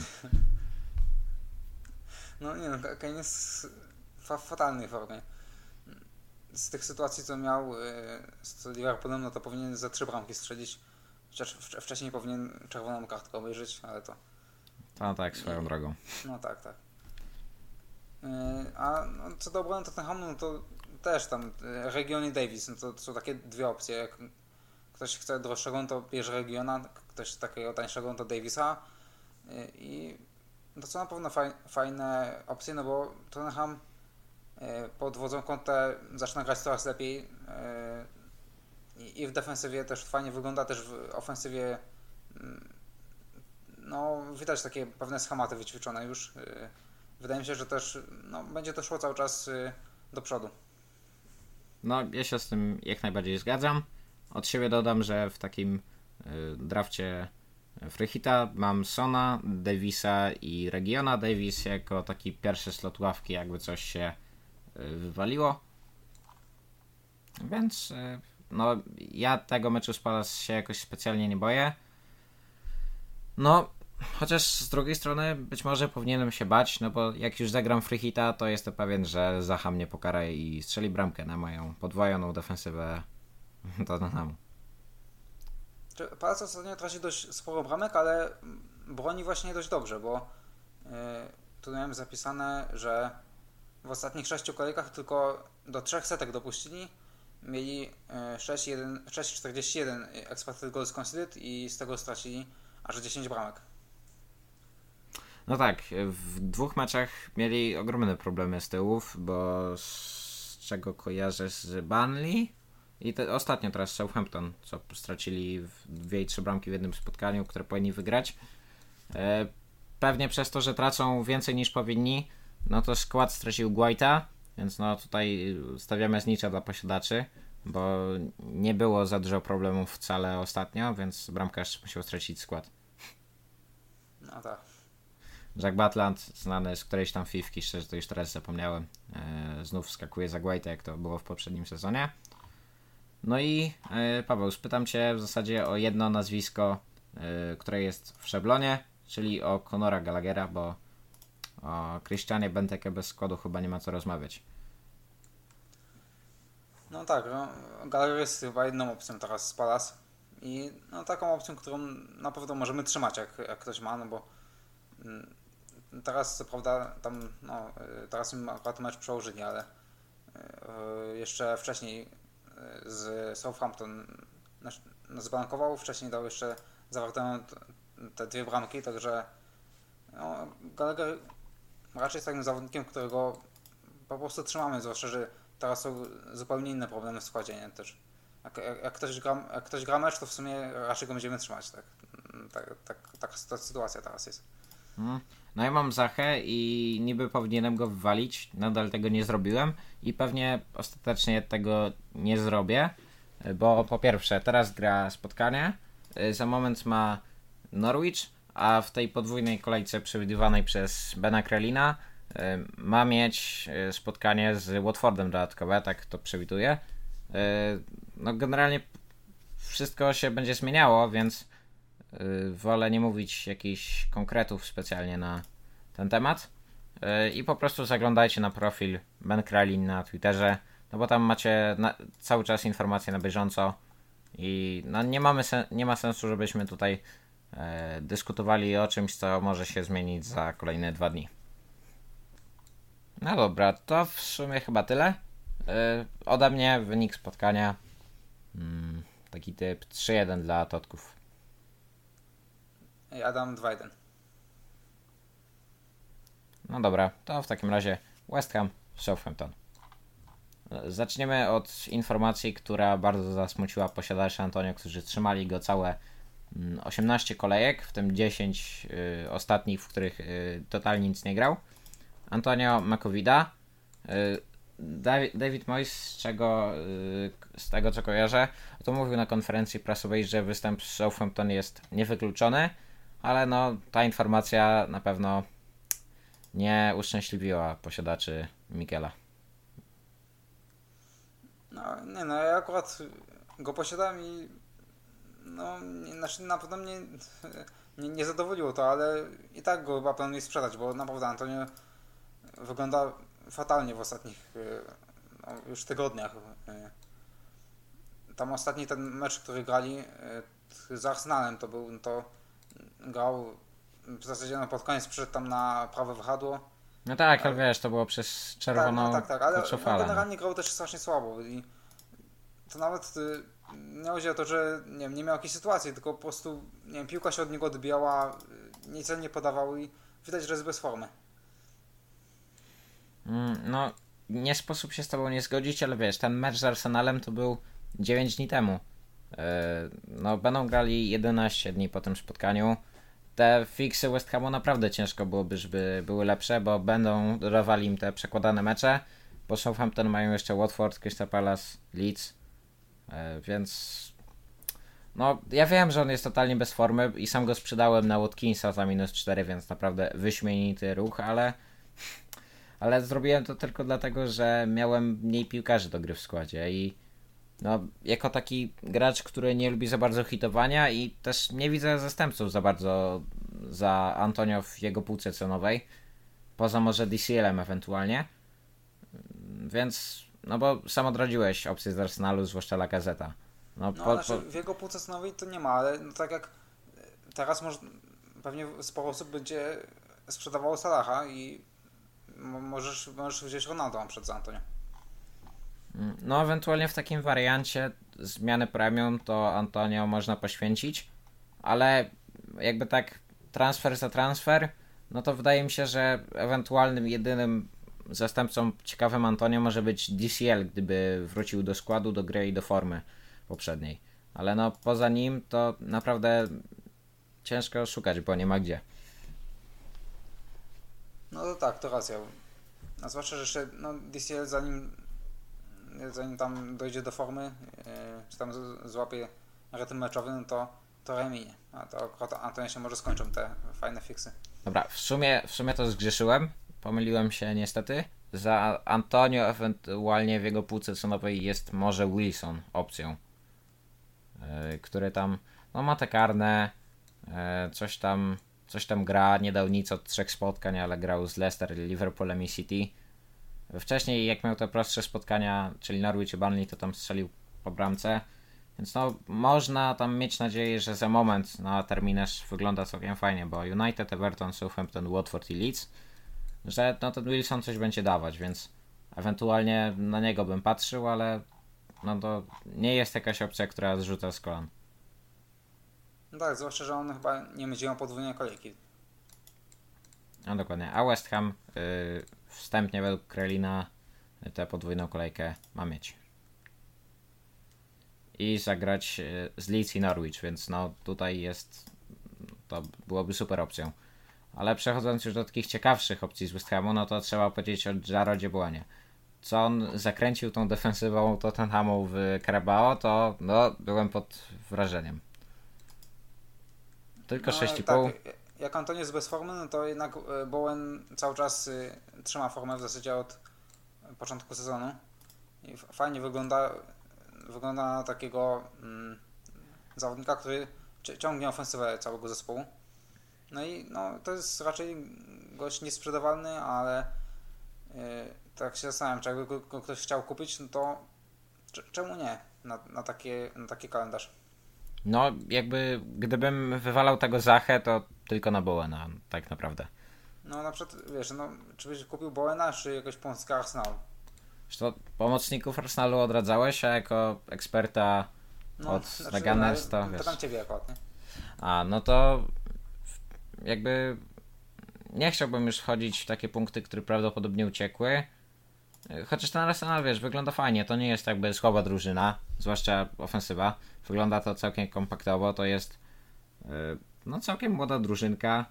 No nie no, Kane jest w fatalnej formie. Z tych sytuacji, co miał z Liverpoolem, no to powinien za 3 bramki strzelić. Chociaż wcześniej powinien czerwoną kartkę obejrzeć, ale to... No tak, swoją drogą. No tak. A no, co do obrony Tottenhamu, no to też tam Region i Davies, no to są takie dwie opcje. Jak ktoś chce droższego, no to bierze Regiona, ktoś takiego tańszego, no to Daviesa. I to są na pewno fajne opcje, no bo Tottenham pod wodzą Conte zaczyna grać coraz lepiej i w defensywie też fajnie wygląda, też w ofensywie no widać takie pewne schematy wyćwiczone już. Wydaje mi się, że też no, będzie to szło cały czas do przodu. No ja się z tym jak najbardziej zgadzam. Od siebie dodam, że w takim drafcie Freehita mam Sona, Daviesa i Regiona. Davies jako taki pierwszy slot ławki, jakby coś się wywaliło. Więc no ja tego meczu z Palace się jakoś specjalnie nie boję. No chociaż z drugiej strony być może powinienem się bać, no bo jak już zagram Freehita, to jestem pewien, że Zaha mnie pokara i strzeli bramkę na moją podwojoną defensywę Tottenhamu. Palace ostatnio traci dość sporo bramek, ale broni właśnie dość dobrze, bo tu miałem zapisane, że w ostatnich 6 kolejkach tylko do 3 setek dopuścili. mieli 6,41 expected goals conceded i z tego stracili aż 10 bramek. No tak, w 2 meczach mieli ogromne problemy z tyłów, bo z czego kojarzę z Burnley i ostatnio teraz Southampton, co stracili 2 i 3 bramki w jednym spotkaniu, które powinni wygrać. Pewnie przez to, że tracą więcej niż powinni, no to skład stracił Guaita, więc no tutaj stawiamy znicza dla posiadaczy, bo nie było za dużo problemów wcale ostatnio, więc bramkarz musiał stracić skład. No tak. Jack Butland, znany z którejś tam fifki, szczerze to już teraz zapomniałem, znów skakuje za Guaita, jak to było w poprzednim sezonie. No i Paweł, spytam Cię w zasadzie o jedno nazwisko, które jest w szablonie, czyli o Conora Gallaghera, bo o Christianie Benteke bez składu chyba nie ma co rozmawiać. No tak, no, Gallagher jest chyba jedną opcją teraz z Palace i no, taką opcją, którą na pewno możemy trzymać, jak ktoś ma, no bo teraz co prawda tam, no teraz im akurat mecz przełożyli, ale jeszcze wcześniej z Southampton zblankował, wcześniej dał jeszcze zawartą te 2 bramki, także no, Gallagher raczej jest takim zawodnikiem, którego po prostu trzymamy, zwłaszcza, że teraz są zupełnie inne problemy w składzie, nie? Też jak ktoś gra mecz, to w sumie raczej go będziemy trzymać, taka sytuacja teraz jest. No ja mam Zachę i niby powinienem go wywalić, nadal tego nie zrobiłem i pewnie ostatecznie tego nie zrobię, bo po pierwsze teraz gra spotkanie, za moment ma Norwich, a w tej podwójnej kolejce przewidywanej przez Bena Krelina ma mieć spotkanie z Watfordem dodatkowe, tak to przewiduję. No generalnie wszystko się będzie zmieniało, więc wolę nie mówić jakichś konkretów specjalnie na ten temat i po prostu zaglądajcie na profil Ben Krelin na Twitterze, no bo tam macie cały czas informacje na bieżąco i no nie ma sensu, żebyśmy tutaj dyskutowali o czymś, co może się zmienić za kolejne 2 dni. No dobra, to w sumie chyba tyle. Ode mnie wynik spotkania taki typ 3-1 dla Totków. Ja dam 2-1. No dobra, to w takim razie West Ham, Southampton. Zaczniemy od informacji, która bardzo zasmuciła posiadaczy Antonio, którzy trzymali go całe 18 kolejek, w tym 10 ostatnich, w których totalnie nic nie grał. Antonio Macovida. David Moyes, z tego co kojarzę, to mówił na konferencji prasowej, że występ z Southampton jest niewykluczony, ale no ta informacja na pewno nie uszczęśliwiła posiadaczy Mikela. No ja akurat go posiadam i no na pewno mnie nie zadowoliło to, ale i tak go chyba planuję sprzedać, bo naprawdę Antonio wygląda fatalnie w ostatnich już tygodniach. Tam ostatni ten mecz, który grali z Arsenalem, to grał w zasadzie pod koniec, przyszedł tam na prawe wahadło. No tak, ale wiesz, to było przez czerwoną tak, ale kocofalę. generalnie grał też strasznie słabo i to nawet nie chodzi o to, że nie miał jakiejś sytuacji, tylko po prostu piłka się od niego odbijała, niecelnie podawał i widać, że jest bez formy. No, nie sposób się z tobą nie zgodzić, ale wiesz, ten mecz z Arsenalem to był 9 dni temu. No, będą grali 11 dni po tym spotkaniu. Te fiksy West Hamu naprawdę ciężko byłoby, żeby były lepsze, bo będą dodawali im te przekładane mecze. Po Southampton mają jeszcze Watford, Crystal Palace, Leeds. Więc no, ja wiem, że on jest totalnie bez formy i sam go sprzedałem na Watkinsa za -4, więc naprawdę wyśmienity ruch, ale zrobiłem to tylko dlatego, że miałem mniej piłkarzy do gry w składzie i no, jako taki gracz, który nie lubi za bardzo hitowania i też nie widzę zastępców za bardzo za Antonio w jego półce cenowej, poza może DCL-em ewentualnie, więc no bo sam odradziłeś opcję z Arsenalu, zwłaszcza Lacazeta. W jego półce cenowej to nie ma, ale no tak jak teraz pewnie sporo osób będzie sprzedawało Salaha i możesz wziąć Ronaldo przed Antonio. No ewentualnie w takim wariancie zmiany premium to Antonio można poświęcić, ale jakby tak transfer za transfer, no to wydaje mi się, że ewentualnym jedynym zastępcą ciekawym Antonio może być DCL, gdyby wrócił do składu, do gry i do formy poprzedniej. Ale no poza nim to naprawdę ciężko szukać, bo nie ma gdzie. No to tak, to racja. A zwłaszcza, że jeszcze DCL zanim tam dojdzie do formy, czy tam złapie rytm meczowy, no to reminie. A to akurat Antonio się może skończą te fajne fiksy. Dobra, w sumie to zgrzeszyłem. Pomyliłem się niestety. Za Antonio ewentualnie w jego półce cenowej jest może Wilson opcją. Który tam ma te karne, coś tam gra, nie dał nic od 3 spotkań, ale grał z Leicester, Liverpoolem i City. Wcześniej jak miał te prostsze spotkania, czyli Norwich i Burnley, to tam strzelił po bramce. Więc można tam mieć nadzieję, że za moment na terminarz wygląda całkiem fajnie, bo United, Everton, Southampton, Watford i Leeds, że ten Wilson coś będzie dawać, więc ewentualnie na niego bym patrzył, ale to nie jest jakaś opcja, która zrzuca z kolan. No tak, zwłaszcza, że on chyba nie będzie miał podwójnej kolejki. No dokładnie, a West Ham wstępnie według Krelina tę podwójną kolejkę ma mieć. I zagrać z Leeds i Norwich, więc tutaj to byłoby super opcją. Ale przechodząc już do takich ciekawszych opcji z West Hamu, to trzeba powiedzieć o Jarodzie Bowanie. Co on zakręcił tą defensywą Tottenhamu w Carabao, to byłem pod wrażeniem. Tylko 6,5. Tak, jak Antonio jest bez formy, to jednak Bowen cały czas trzyma formę w zasadzie od początku sezonu. I fajnie wygląda na takiego zawodnika, który ciągnie ofensywę całego zespołu. No i to jest raczej gość niesprzedawalny, ale tak się zastanawiam, czy jakby go ktoś chciał kupić, to czemu nie na taki kalendarz? No jakby gdybym wywalał tego Zachę, to tylko na Bowena tak naprawdę. No na przykład wiesz, czy byś kupił Bowena, czy jakiegoś pomocnika Arsenalu? Zresztą pomocników Arsenalu odradzałeś, a jako eksperta od Gunners to wiesz. Pytam ciebie akurat, nie? To jakby nie chciałbym już wchodzić w takie punkty, które prawdopodobnie uciekły. Chociaż ten Arsenal, wiesz, wygląda fajnie. To nie jest jakby słaba drużyna, zwłaszcza ofensywa. Wygląda to całkiem kompaktowo. To jest całkiem młoda drużynka.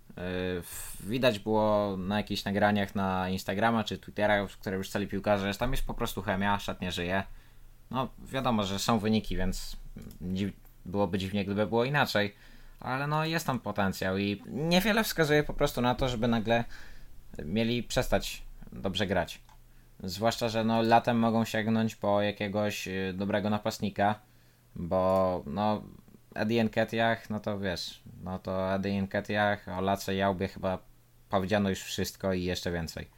Widać było na jakichś nagraniach na Instagrama czy Twittera, w które już stali piłkarze, że tam jest po prostu chemia, szat nie żyje. Wiadomo, że są wyniki, więc byłoby dziwnie, gdyby było inaczej. Ale jest tam potencjał i niewiele wskazuje po prostu na to, żeby nagle mieli przestać dobrze grać. Zwłaszcza, że latem mogą sięgnąć po jakiegoś dobrego napastnika, bo Eddie Nketiah, to wiesz, to Eddie Nketiah, o Lace Jaubie chyba powiedziano już wszystko i jeszcze więcej.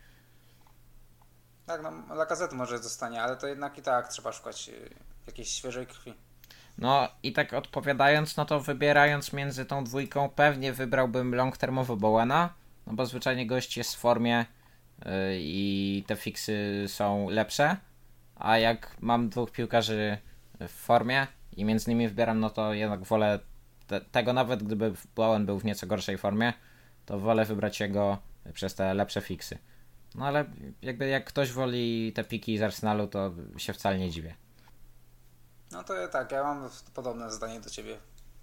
Tak, Lacazette może zostanie, ale to jednak i tak trzeba szukać jakiejś świeżej krwi. I tak odpowiadając, to wybierając między tą dwójką, pewnie wybrałbym long-termowo Bowena, bo zwyczajnie gość jest w formie i te fiksy są lepsze, a jak mam dwóch piłkarzy w formie i między nimi wybieram, to jednak wolę tego, nawet gdyby Bowen był w nieco gorszej formie, to wolę wybrać jego przez te lepsze fiksy. Ale jakby jak ktoś woli te piki z Arsenalu, to się wcale nie dziwię. To tak, ja mam podobne zdanie do ciebie.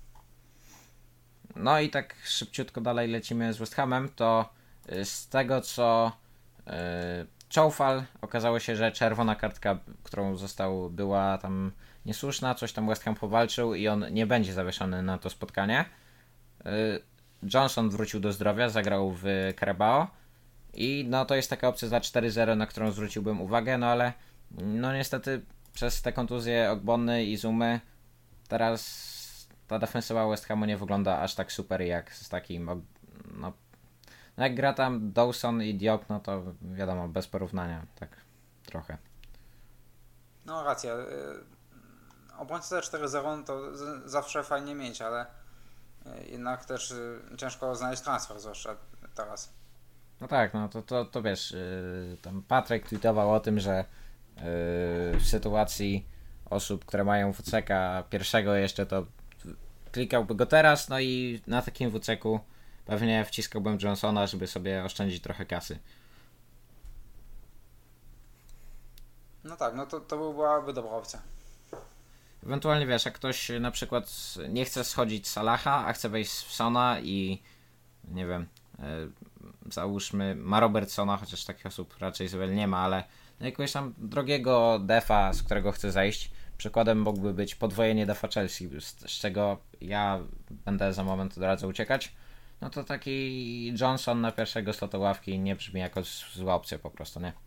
I tak szybciutko dalej lecimy z West Hamem, to z tego co Coufal, okazało się, że czerwona kartka, którą była tam niesłuszna, coś tam West Ham powalczył i on nie będzie zawieszony na to spotkanie. Johnson wrócił do zdrowia, zagrał w Carabao i to jest taka opcja za 4-0, na którą zwróciłbym uwagę, ale niestety przez te kontuzje Ogbony i Zumy teraz ta defensywa West Hamu nie wygląda aż tak super jak z takim jak gra tam Dawson i Diop, to wiadomo, bez porównania, tak trochę. Racja. Obrońcę za 4-0 to zawsze fajnie mieć, ale jednak też ciężko znaleźć transfer, zwłaszcza teraz. Tak, to wiesz, tam Patryk tweetował o tym, że w sytuacji osób, które mają WCK pierwszego jeszcze, to klikałby go teraz, no i na takim WCK pewnie wciskałbym Johnsona, żeby sobie oszczędzić trochę kasy. No tak, no to byłaby dobra opcja. Ewentualnie wiesz, jak ktoś na przykład nie chce schodzić z Salaha, a chce wejść w Sona i nie wiem, załóżmy ma Robertsona, chociaż takich osób raczej zbyt nie ma, ale jakiegoś tam drogiego defa, z którego chce zejść. Przykładem mógłby być podwojenie defa Chelsea, z czego ja będę za moment od razu uciekać. No to taki Johnson na pierwszego slota ławki nie brzmi jako zła opcja po prostu, nie?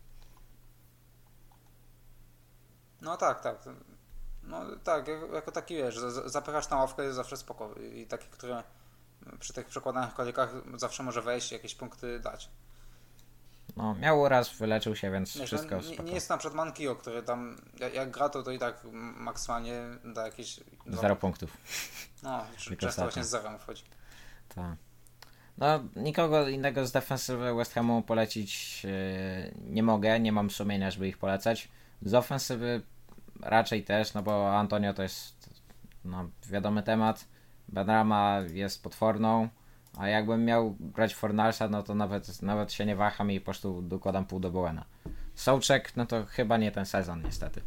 No tak. No tak, jako taki wiesz, zapychasz na ławkę jest zawsze spoko i taki, który przy tych przekładanych kolejkach zawsze może wejść i jakieś punkty dać. No, miał raz, wyleczył się, więc wiesz, wszystko no, spoko. nie jest na przykład Mankio, który tam, jak gra to i tak maksymalnie da jakieś 0 punktów. No, często właśnie z zerem wchodzi. Tak. No, nikogo innego z defensywy West Hamu polecić nie mogę, nie mam sumienia, żeby ich polecać. Z ofensywy raczej też, no bo Antonio to jest wiadomy temat. Benrahma jest potworną, a jakbym miał grać Fornalsa, no to nawet się nie waham i po prostu dokładam pół do Bowena. Souczek, no to chyba nie ten sezon niestety.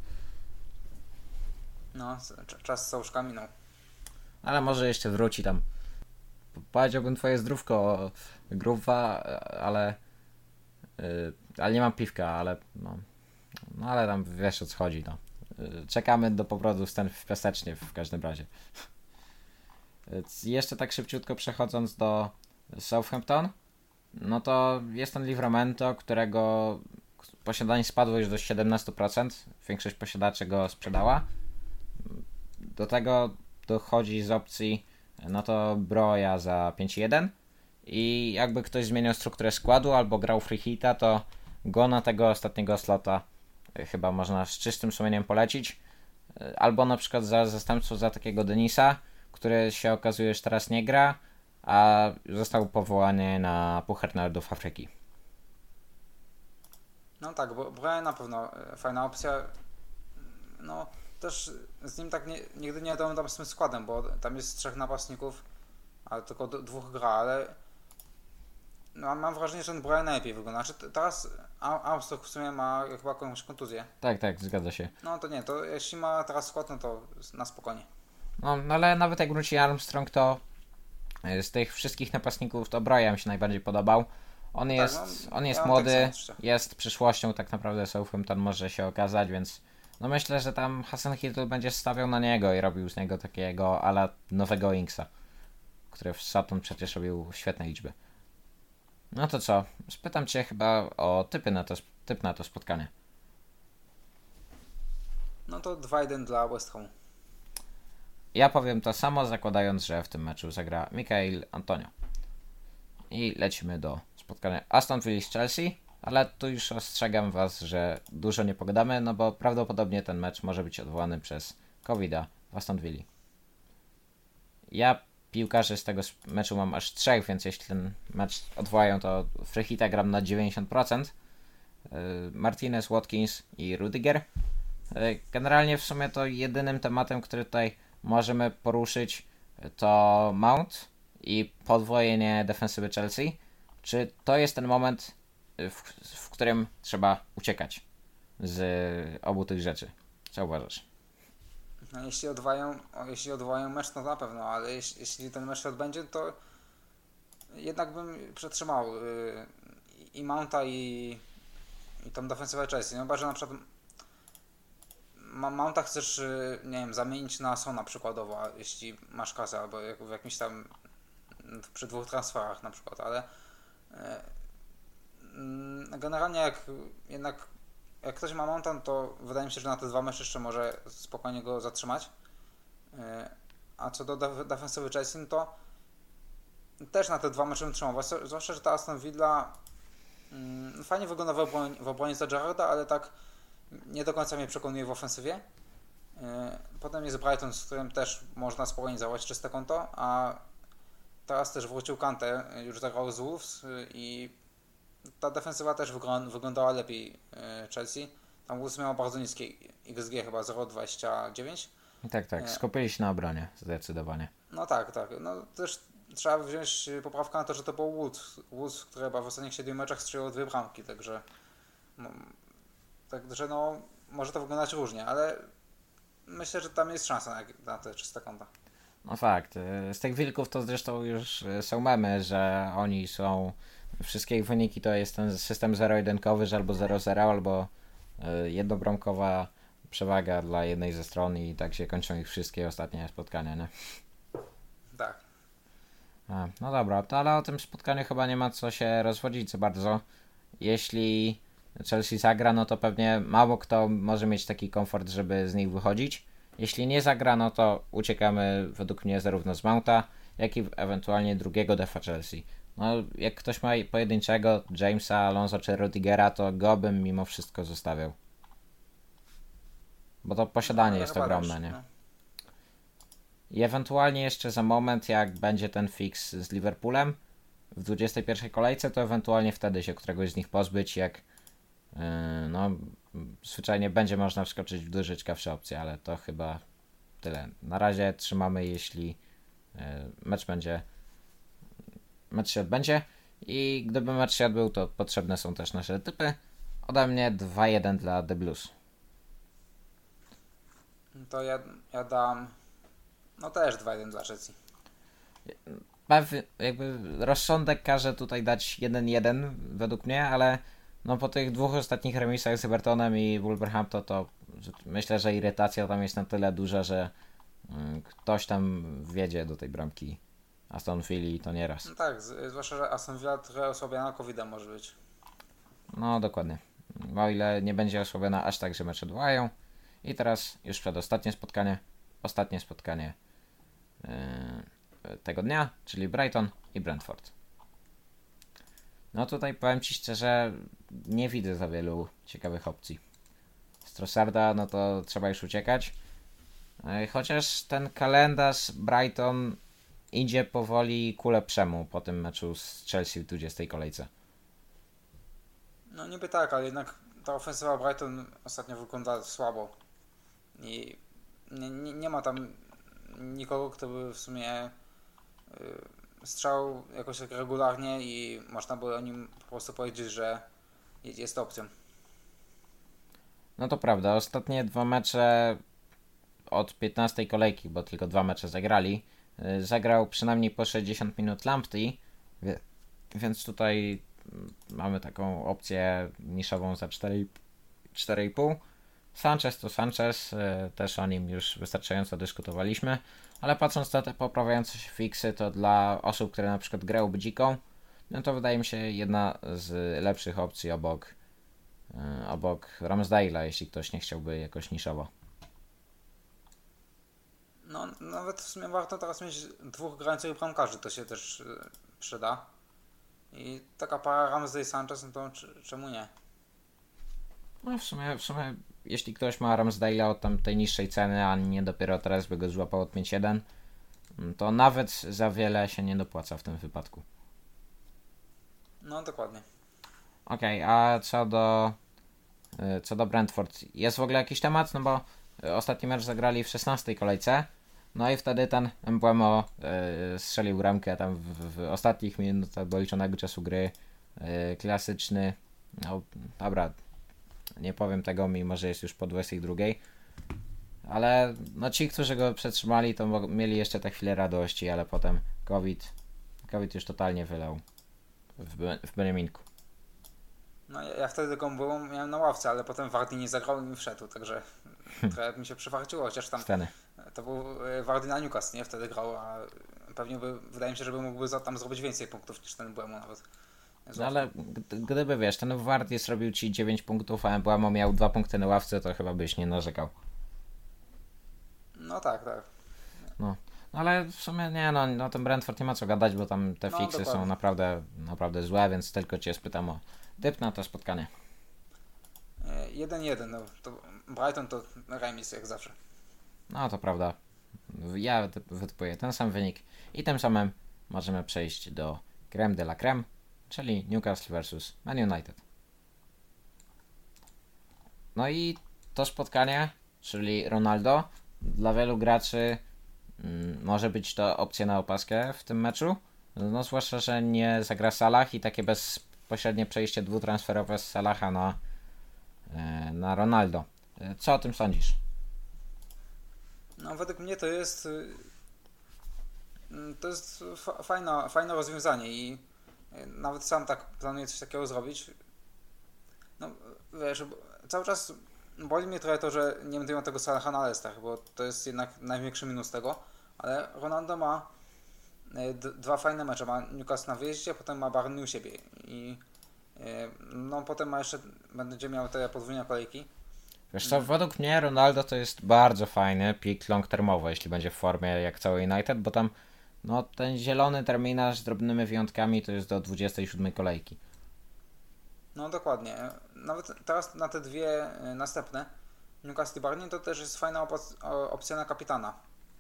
No, czas z Souczka minął. Ale może jeszcze wróci tam. Powiedziałbym twoje zdrówko, Gruwa, ale nie mam piwka, ale no ale tam wiesz o co chodzi, no. Czekamy do powrotu w piasecznie w każdym razie. Jeszcze tak szybciutko przechodząc do Southampton, no to jest ten Livramento, którego posiadanie spadło już do 17%, większość posiadaczy go sprzedała. Do tego dochodzi z opcji no to Broja za 5,1 i jakby ktoś zmieniał strukturę składu albo grał free hita, to go na tego ostatniego slota chyba można z czystym sumieniem polecić. Albo na przykład za zastępstwo za takiego Denisa, który się okazuje, że teraz nie gra, a został powołany na Puchar Narodów Afryki. No tak, bo Brian na pewno fajna opcja. No też z nim tak nigdy nie dałem z tym składem, bo tam jest 3 napastników, ale tylko 2 gra, ale no, mam wrażenie, że ten Brian najlepiej wygląda. Znaczy teraz Armstrong w sumie ma chyba jakąś kontuzję. Tak, zgadza się. No to nie, to jeśli ma teraz skład, no to na spokojnie. No ale nawet jak wróci Armstrong, to z tych wszystkich napastników to Brian mi się najbardziej podobał. On jest młody, jest przyszłością tak naprawdę Southampton może się okazać, więc no myślę, że tam Hasenhüttl będzie stawiał na niego i robił z niego takiego a la nowego Inksa, który w Sutton przecież robił świetne liczby. No to co? Spytam cię chyba o typ na to spotkanie. No to 2-1 dla West Hamu. Ja powiem to samo, zakładając, że w tym meczu zagra Michail Antonio. I lecimy do spotkania Aston Villa z Chelsea, ale tu już ostrzegam was, że dużo nie pogadamy, no bo prawdopodobnie ten mecz może być odwołany przez COVID-a w Aston Villa. Ja piłkarzy z tego meczu mam aż 3, więc jeśli ten mecz odwołają, to free hita gram na 90%. Martinez, Watkins i Rudiger. Generalnie w sumie to jedynym tematem, który tutaj możemy poruszyć, to Mount i podwojenie defensywy Chelsea. Czy to jest ten moment, w którym trzeba uciekać z obu tych rzeczy? Co uważasz? No, jeśli odwołają mecz, to na pewno, ale jeśli ten mecz się odbędzie, to jednak bym przetrzymał i Mounta i tą defensywę Chelsea. No chyba, że na przykład Mounta chcesz, nie wiem, zamienić na Sona przykładowo, jeśli masz kasę, albo w jakimś tam przy 2 transferach na przykład, ale generalnie jak ktoś ma Mounta, to wydaje mi się, że na te 2 mecze jeszcze może spokojnie go zatrzymać. A co do defensywy Chelsea, no to też na te 2 mecze bym trzymał, zwłaszcza, że ta Aston Villa fajnie wygląda w obronie za Gerrarda, ale tak nie do końca mnie przekonuje w ofensywie. Potem jest Brighton, z którym też można spokojnie założyć czyste konto, a teraz też wrócił Kante, już zagrał z Wolves i ta defensywa też wyglądała lepiej Chelsea. Tam Wolves miał bardzo niskie XG, chyba 0,29. Tak, skupili się na obronie, zdecydowanie. No tak. No też trzeba wziąć poprawkę na to, że to był Wolves, które chyba w ostatnich 7 meczach strzeliło 2 bramki, także no może to wyglądać różnie, ale myślę, że tam jest szansa na te czyste konta. No fakt. Z tych wilków to zresztą już są memy, że oni są... Wszystkie ich wyniki to jest ten system zero-jedynkowy, że albo 0-0, albo jednobramkowa przewaga dla jednej ze stron i tak się kończą ich wszystkie ostatnie spotkania, nie? Tak. No dobra, to ale o tym spotkaniu chyba nie ma co się rozwodzić za bardzo. Jeśli Chelsea zagra, no to pewnie mało kto może mieć taki komfort, żeby z nich wychodzić. Jeśli nie zagra, no to uciekamy według mnie zarówno z Mounta, jak i ewentualnie drugiego defa Chelsea. No jak ktoś ma pojedynczego Jamesa, Alonso czy Rudigera, to go bym mimo wszystko zostawiał. Bo to posiadanie jest ogromne, nie? No. I ewentualnie jeszcze za moment, jak będzie ten fix z Liverpoolem w 21 kolejce, to ewentualnie wtedy się któregoś z nich pozbyć, jak no zwyczajnie będzie można wskoczyć w dużo ciekawsze opcje, ale to chyba tyle. Na razie trzymamy, jeśli mecz się odbędzie i gdyby mecz się odbył, to potrzebne są też nasze typy. Ode mnie 2-1 dla The Blues. To ja dam no też 2-1 dla Chelsea. Jakby rozsądek każe tutaj dać 1-1 według mnie, ale no po tych dwóch ostatnich remisach z Evertonem i Wolverhampton to myślę, że irytacja tam jest na tyle duża, że ktoś tam wjedzie do tej bramki Aston Villa to nieraz. No tak, zwłaszcza, że Aston Villa trochę osłabiona COVID-em może być. No dokładnie. O ile nie będzie osłabiona aż tak, że mecze odwołają. I teraz już ostatnie spotkanie tego dnia, czyli Brighton i Brentford. No tutaj powiem Ci szczerze, nie widzę za wielu ciekawych opcji. Z Trossarda, no to trzeba już uciekać. Chociaż ten kalendarz Brighton idzie powoli ku lepszemu po tym meczu z Chelsea w 20 kolejce. No niby tak, ale jednak ta ofensywa Brighton ostatnio wygląda słabo. I nie ma tam nikogo, kto by w sumie strzał jakoś tak regularnie i można by o nim po prostu powiedzieć, że jest opcją. No to prawda, ostatnie 2 mecze od 15 kolejki, bo tylko 2 mecze zagrali, zagrał przynajmniej po 60 minut Lamptey, więc tutaj mamy taką opcję niszową za 4,5. Sanchez to Sanchez, też o nim już wystarczająco dyskutowaliśmy, ale patrząc na te poprawiające się fiksy, to dla osób, które na przykład grałyby dziką, no to wydaje mi się jedna z lepszych opcji obok Ramsdale'a, jeśli ktoś nie chciałby jakoś niszowo. No nawet w sumie warto teraz mieć 2 grających bramkarzy, to się też przyda. I taka para Ramsdale-Sanchez, no to czemu nie? No w sumie jeśli ktoś ma Ramsdale'a od tamtej niższej ceny, a nie dopiero teraz by go złapał od 5.1, to nawet za wiele się nie dopłaca w tym wypadku. No dokładnie. Okej, a co do Brentford, jest w ogóle jakiś temat? No bo ostatni mecz zagrali w 16 kolejce, no i wtedy ten Mbeumo strzelił bramkę tam w ostatnich minutach doliczonego czasu gry. Klasyczny, no dobra, nie powiem tego, mimo że jest już po 22, ale no ci, którzy go przetrzymali, to mieli jeszcze te chwilę radości, ale potem COVID już totalnie wylał w Benjaminku. No ja wtedy tego miałem na ławce, ale potem Vardy nie zagrał i mi wszedł, także trochę mi się przyfarciło, chociaż tam Sceny. to był Vardy na Newcastle, nie? Wtedy grał, a pewnie wydaje mi się, że mógłby tam zrobić więcej punktów niż ten Mbeumo nawet. No ale gdyby wiesz, ten Vardy zrobił ci 9 punktów, a Mbeumo miał 2 punkty na ławce, to chyba byś nie narzekał. No tak. No ale w sumie nie, no ten Brentford nie ma co gadać, bo tam te fiksy dokładnie. są naprawdę złe, więc tylko cię spytam o typ na to spotkanie. 1-1, no to Brighton to remis jak zawsze. No to prawda. Ja wytypuję ten sam wynik i tym samym możemy przejść do crème de la crème, czyli Newcastle vs Man United. No i to spotkanie, czyli Ronaldo, dla wielu graczy może być to opcja na opaskę w tym meczu. No zwłaszcza, że nie zagra Salah i takie bezpośrednie przejście dwutransferowe z Salaha na Ronaldo. Co o tym sądzisz? No według mnie to jest fajne rozwiązanie i nawet sam tak planuję coś takiego zrobić. No wiesz, cały czas boli mnie trochę to, że nie będę miał tego Salaha na Leicester, bo to jest jednak największy minus tego, ale Ronaldo ma dwa fajne mecze, ma Newcastle na wyjeździe, potem ma Burnley u siebie i no potem będzie miał te podwójne kolejki. Wiesz co, według mnie Ronaldo to jest bardzo fajny pik long-termowy, jeśli będzie w formie jak cały United, bo tam no ten zielony terminarz z drobnymi wyjątkami to jest do 27 kolejki. No dokładnie. Nawet teraz na te dwie następne Newcastle i Burnley to też jest fajna opcja na kapitana.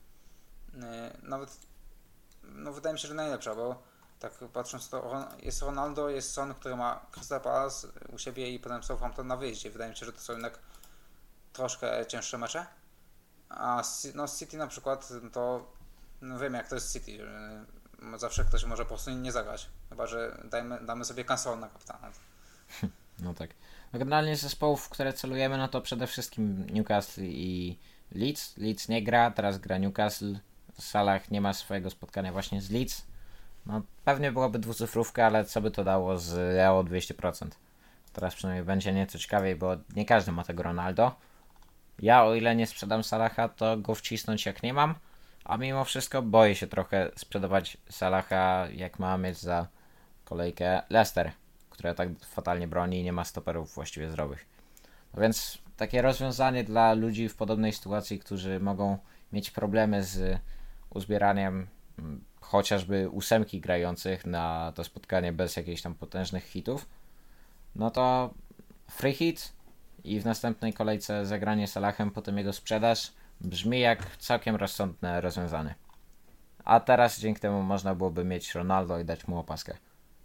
Nawet no wydaje mi się, że najlepsza, bo tak patrząc to jest Ronaldo, jest Son, który ma Crystal Palace u siebie i potem Southampton na wyjeździe. Wydaje mi się, że to są jednak troszkę cięższe mecze. A no City na przykład to no wiem jak to jest City. Zawsze ktoś może po prostu nie zagrać. Chyba że damy sobie cancel na kapitana. No tak. No generalnie z zespołów, w które celujemy, no to przede wszystkim Newcastle i Leeds. Leeds nie gra, teraz gra Newcastle. Salah nie ma swojego spotkania właśnie z Leeds. No pewnie byłoby dwucyfrówka, ale co by to dało z Leo 200%. Teraz przynajmniej będzie nieco ciekawiej, bo nie każdy ma tego Ronaldo. Ja o ile nie sprzedam Salaha, to go wcisnąć jak nie mam, a mimo wszystko boję się trochę sprzedawać Salaha, jak ma mieć za kolejkę Leicester, która tak fatalnie broni i nie ma stoperów właściwie zdrowych. No więc takie rozwiązanie dla ludzi w podobnej sytuacji, którzy mogą mieć problemy z uzbieraniem chociażby 8 grających na to spotkanie bez jakichś tam potężnych hitów, no to free hit i w następnej kolejce zagranie Salahem, potem jego sprzedaż brzmi jak całkiem rozsądne rozwiązanie. A teraz dzięki temu można byłoby mieć Ronaldo i dać mu opaskę.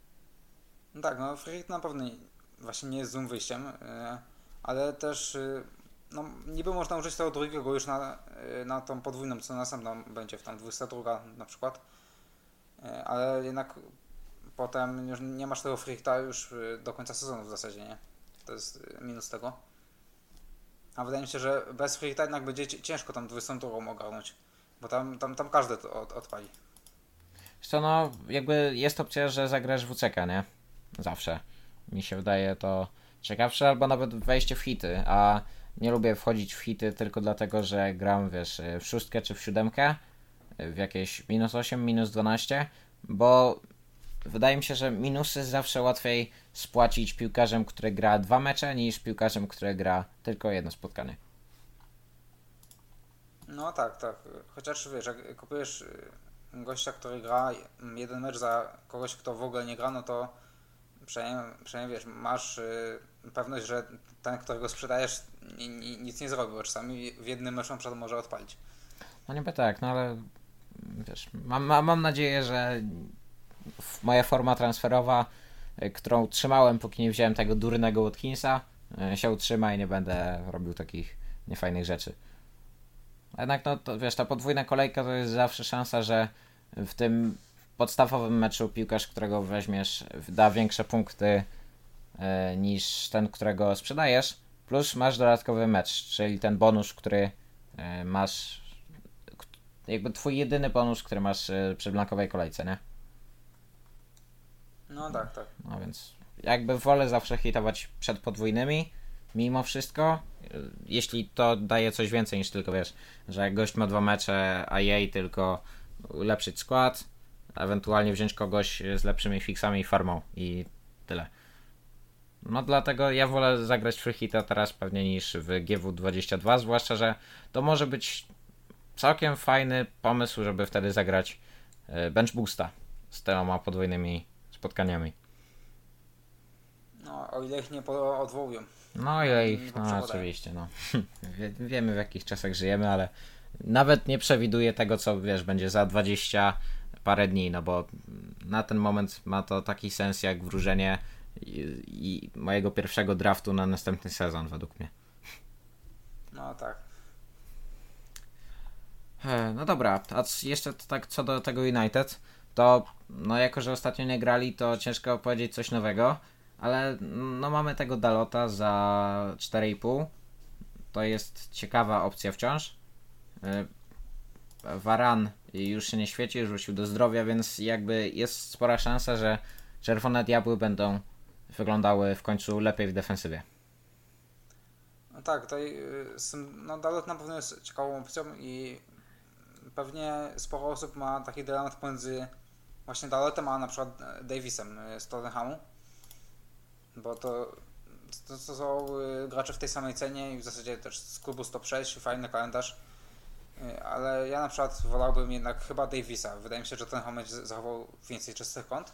No tak, no free hit na pewno właśnie nie jest złym wyjściem, ale też no niby można użyć tego drugiego już na tą podwójną, co następną będzie w tam 22 na przykład, ale jednak potem już nie masz tego free hita już do końca sezonu w zasadzie, nie? To jest minus tego. A wydaje mi się, że bez free hita jednak będzie ciężko tam 22 ogarnąć, bo tam każdy to odpali. Co no, jakby jest opcja, że zagrasz WCK, nie? Zawsze. Mi się wydaje to ciekawsze, albo nawet wejście w hity, a nie lubię wchodzić w hity tylko dlatego, że gram, wiesz, w 6 czy w 7, w jakieś -8, -12, bo wydaje mi się, że minusy zawsze łatwiej spłacić piłkarzem, który gra 2 mecze, niż piłkarzem, który gra tylko jedno spotkanie. No tak. Chociaż wiesz, jak kupujesz gościa, który gra jeden mecz za kogoś, kto w ogóle nie gra, no to przynajmniej wiesz, masz pewność, że ten, którego sprzedajesz, nic nie zrobi, bo czasami w jednym meczu na przykład może odpalić. No niby tak, no ale wiesz, mam nadzieję, że moja forma transferowa, którą trzymałem, póki nie wziąłem tego durnego Watkinsa, się utrzyma i nie będę robił takich niefajnych rzeczy. Jednak no to wiesz, ta podwójna kolejka to jest zawsze szansa, że w tym podstawowym meczu piłkarz, którego weźmiesz, da większe punkty niż ten, którego sprzedajesz, plus masz dodatkowy mecz, czyli ten bonus, który masz, jakby twój jedyny bonus, który masz przy blankowej kolejce, nie? No tak. No więc jakby wolę zawsze hitować przed podwójnymi, mimo wszystko, jeśli to daje coś więcej niż tylko, wiesz, że jak gość ma 2 mecze, a jej tylko ulepszyć skład, ewentualnie wziąć kogoś z lepszymi fixami i formą i tyle. No dlatego ja wolę zagrać free hita teraz pewnie niż w GW22, zwłaszcza, że to może być całkiem fajny pomysł, żeby wtedy zagrać bench boosta z tyloma podwójnymi spotkaniami. No, o ile ich nie odwołują. No ile ich, no oczywiście, no. Wiemy w jakich czasach żyjemy, ale nawet nie przewiduję tego, co wiesz, będzie za 20 parę dni, no bo na ten moment ma to taki sens jak wróżenie i mojego pierwszego draftu na następny sezon według mnie. No tak. No dobra, a jeszcze tak co do tego United, to no jako, że ostatnio nie grali, to ciężko powiedzieć coś nowego, ale no mamy tego Dalota za 4,5. To jest ciekawa opcja wciąż. Varane już się nie świeci, już wrócił do zdrowia, więc jakby jest spora szansa, że Czerwone Diabły będą wyglądały w końcu lepiej w defensywie. No tak, tutaj Dalot na pewno jest ciekawą opcją i pewnie sporo osób ma taki dylemat pomiędzy właśnie Dalotem, a na przykład Davisem z Tottenhamu, bo to są gracze w tej samej cenie i w zasadzie też z klubu top 6, fajny kalendarz, ale ja na przykład wolałbym jednak chyba Davisa. Wydaje mi się, że Tottenham będzie zachował więcej czystych kąt.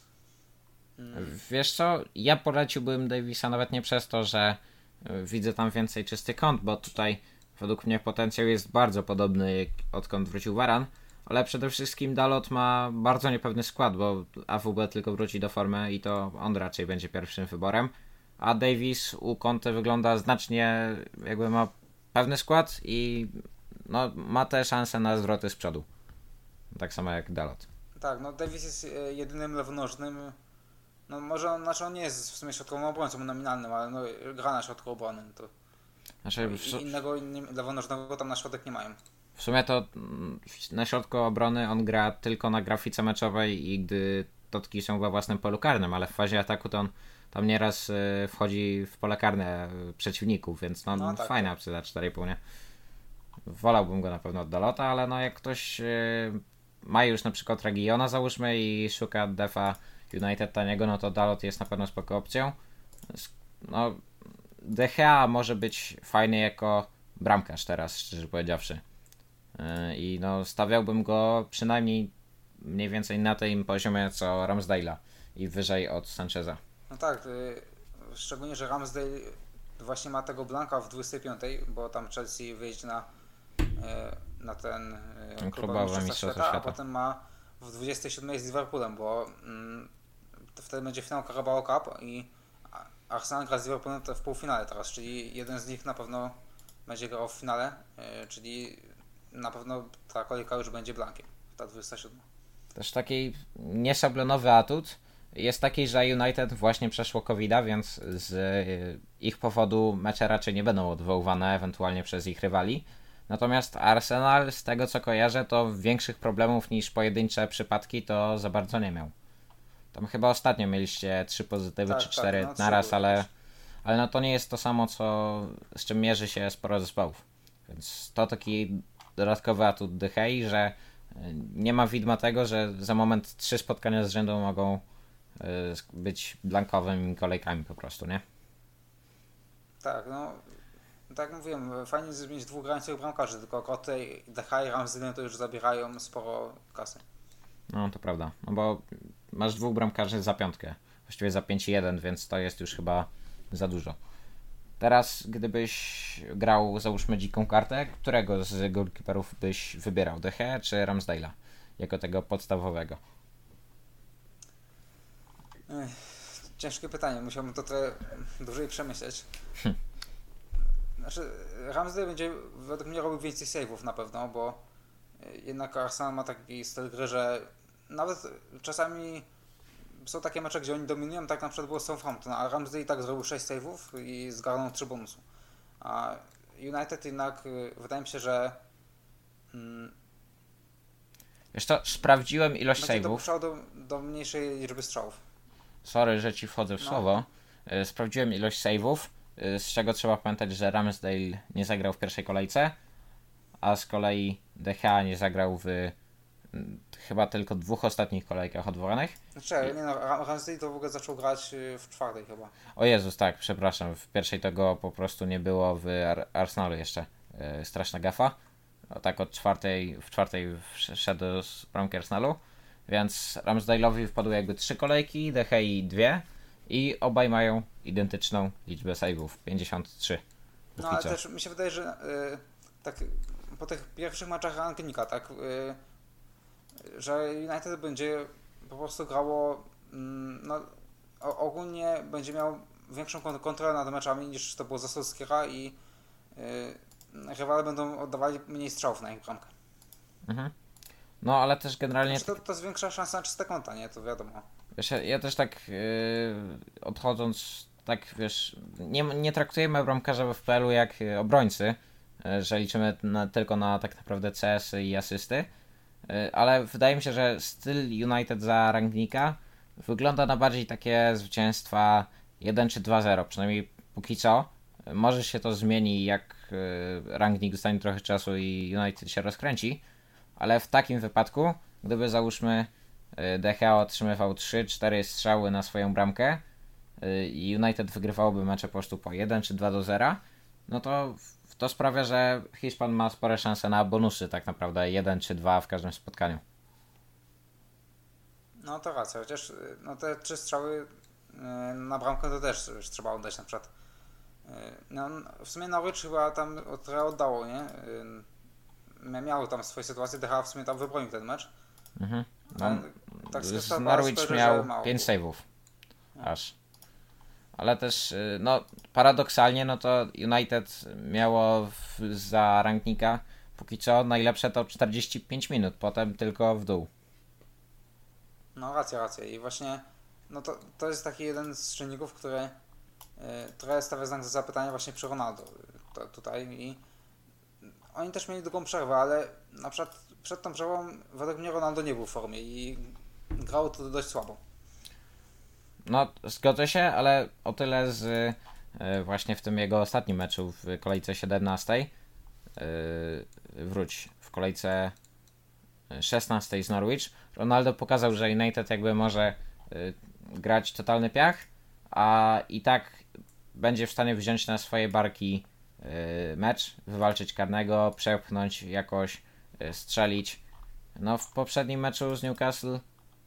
Wiesz co, ja poleciłbym Davisa nawet nie przez to, że widzę tam więcej czystych kąt, bo tutaj według mnie potencjał jest bardzo podobny odkąd wrócił Varane, ale przede wszystkim Dalot ma bardzo niepewny skład, bo AWB tylko wróci do formy i to on raczej będzie pierwszym wyborem, a Davis u Conte wygląda znacznie jakby ma pewny skład i no, ma te szanse na zwroty z przodu. Tak samo jak Dalot. Tak, no Davis jest jedynym lewonożnym. No może on nie jest w sumie środkowym obrońcą nominalnym, ale no, gra na środku obrony. To znaczy, innego lewonożnego tam na środek nie mają. W sumie to na środku obrony on gra tylko na grafice meczowej i gdy totki są we własnym polu karnym, ale w fazie ataku to on tam nieraz wchodzi w pole karne przeciwników, więc no tak, fajna opcja za 4,5, nie? Wolałbym go na pewno od Dalota, ale no jak ktoś ma już na przykład Regiona załóżmy i szuka defa United taniego, no to Dalot jest na pewno spoko opcją. No De Gea może być fajny jako bramkarz teraz, szczerze powiedziawszy. I no stawiałbym go przynajmniej mniej więcej na tym poziomie co Ramsdale'a i wyżej od Sancheza. No tak, szczególnie, że Ramsdale właśnie ma tego blanka w 25, bo tam Chelsea wyjdzie na ten klubowy mistrzostwa świata, a potem ma w 27 z Liverpoolem, bo wtedy będzie finał Carabao Cup i Arsenal gra z Liverpoolem w półfinale teraz, czyli jeden z nich na pewno będzie grał w finale, czyli na pewno ta kolejka już będzie blankiem, ta 27. Też taki nieszablonowy atut jest taki, że United właśnie przeszło COVID-a, więc z ich powodu mecze raczej nie będą odwoływane, ewentualnie przez ich rywali. Natomiast Arsenal, z tego co kojarzę, to większych problemów niż pojedyncze przypadki to za bardzo nie miał. Tam chyba ostatnio mieliście 3 pozytywy czy 4 naraz, ale no to nie jest to samo, z czym mierzy się sporo zespołów. Więc to taki dodatkowy atut De Gea, że nie ma widma tego, że za moment 3 spotkania z rzędu mogą być blankowymi kolejkami po prostu, nie? Tak, no tak jak mówiłem, fajnie jest mieć 2 grających bramkarzy, tylko Cote, De Gea i Ramsdale to już zabierają sporo kasy. No to prawda, no bo masz 2 bramkarzy za 5, właściwie za 5,1, więc to jest już chyba za dużo. Teraz gdybyś grał, załóżmy dziką kartę, którego z goalkeeperów byś wybierał? De Gea czy Ramsdale'a? Jako tego podstawowego. Ciężkie pytanie, musiałbym to trochę dłużej przemyśleć. Znaczy, Ramsdale będzie według mnie robił więcej save'ów na pewno, bo jednak Arsenal ma taki styl gry, że nawet czasami są takie mecze, gdzie oni dominują, tak na przykład było z Southampton, a Ramsdale i tak zrobił 6 save'ów i zgarnął 3 bonusy. A United jednak wydaje mi się, że Wiesz co, sprawdziłem ilość będzie save'ów. dopuszczał do mniejszej liczby strzałów. Sorry, że ci wchodzę w słowo. Sprawdziłem ilość save'ów, z czego trzeba pamiętać, że Ramsdale nie zagrał w pierwszej kolejce, a z kolei De Gea nie zagrał w chyba tylko 2 ostatnich kolejkach odwołanych. Znaczy, nie no, Ramsdale to w ogóle zaczął grać w 4 chyba. O Jezus, tak, przepraszam, w pierwszej to go po prostu nie było w Arsenalu jeszcze. Straszna gafa. O tak w czwartej wszedł z bramki Arsenalu, więc Ramsdale'owi wpadły jakby 3 kolejki, De Gea 2 i obaj mają identyczną liczbę save'ów, 53. No ale też mi się wydaje, że tak po tych pierwszych meczach rankinga, tak, że United będzie po prostu grało, no ogólnie będzie miał większą kontrolę nad meczami niż to było za Solskjaera i rywale będą oddawali mniej strzałów na ich bramkę. No, ale też generalnie... To zwiększa szanse na czyste konta, nie? To wiadomo. Wiesz, ja też tak odchodząc, tak wiesz, nie traktujemy bramkarza w FPL-u jak obrońcy, że liczymy tylko na tak naprawdę CS-y i asysty, ale wydaje mi się, że styl United za Rangnicka wygląda na bardziej takie zwycięstwa 1 czy 2-0, przynajmniej póki co. Może się to zmieni, jak Rangnick dostanie trochę czasu i United się rozkręci, ale w takim wypadku, gdyby załóżmy De Gea otrzymywał 3-4 strzały na swoją bramkę i United wygrywałoby mecze po prostu po 1 czy 2-0, no to sprawia, że Hiszpan ma spore szanse na bonusy tak naprawdę 1 czy 2 w każdym spotkaniu. No to racja, chociaż no te 3 strzały na bramkę to też trzeba oddać na przykład. No, w sumie Norwich chyba tam trochę oddało, nie? Miało tam swoje sytuacje, De Gea w sumie tam wybronił ten mecz. No, tak z Norwich miał 5 save'ów aż. Ale też, no paradoksalnie, no to United miało za Rangnicka póki co najlepsze to 45 minut, potem tylko w dół. No racja. I właśnie no to jest taki jeden z czynników, który trochę stawia znak zapytania właśnie przy Ronaldo tutaj i oni też mieli długą przerwę, ale na przykład przed tą przerwą według mnie Ronaldo nie był w formie i grał to dość słabo. No zgodzę się, ale o tyle z właśnie w tym jego ostatnim meczu w kolejce 17 w kolejce 16 z Norwich Ronaldo pokazał, że United jakby może grać totalny piach, a i tak będzie w stanie wziąć na swoje barki mecz, wywalczyć karnego, przepchnąć jakoś, strzelić. No w poprzednim meczu z Newcastle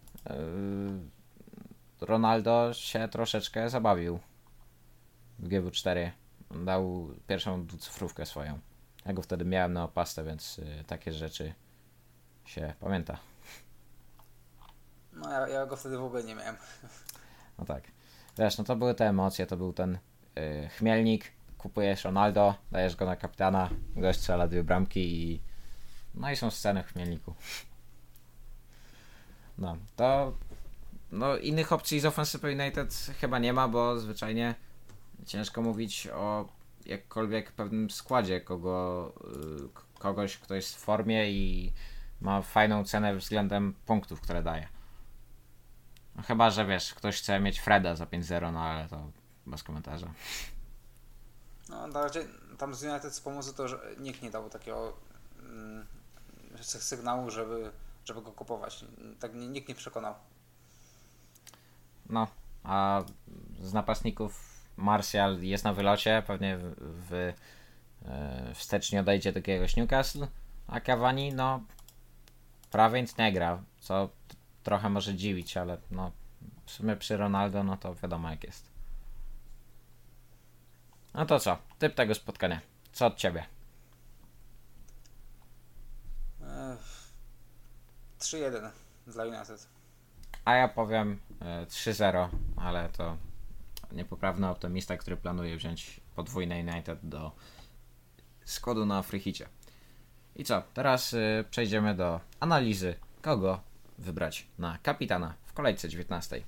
Ronaldo się troszeczkę zabawił w GW4. Dał pierwszą dwucyfrówkę swoją. Ja go wtedy miałem na opastę, więc takie rzeczy się pamięta. No ja go wtedy w ogóle nie miałem. No tak. Wiesz, no to były te emocje, to był ten chmielnik, kupujesz Ronaldo, dajesz go na kapitana, gość strzela 2 bramki i no i są sceny w chmielniku. No, to no innych opcji z ofensywy United chyba nie ma, bo zwyczajnie ciężko mówić o jakkolwiek pewnym składzie kogoś, kto jest w formie i ma fajną cenę względem punktów, które daje. No chyba, że wiesz, ktoś chce mieć Freda za 5-0, no ale to bez komentarza. No na razie tam z United z pomocy to, że nikt nie dał takiego sygnału, żeby go kupować. Tak nikt nie przekonał. No, a z napastników Martial jest na wylocie, pewnie w styczniu odejdzie do jakiegoś Newcastle, a Cavani no prawie nic nie gra, co trochę może dziwić, ale no w sumie przy Ronaldo no to wiadomo jak jest. No to co? Typ tego spotkania. Co od ciebie? 3-1 dla United. A ja powiem 3-0, ale to niepoprawny optymista, który planuje wziąć podwójne United do składu na Freehicie. I co? Teraz przejdziemy do analizy, kogo wybrać na kapitana w kolejce 19.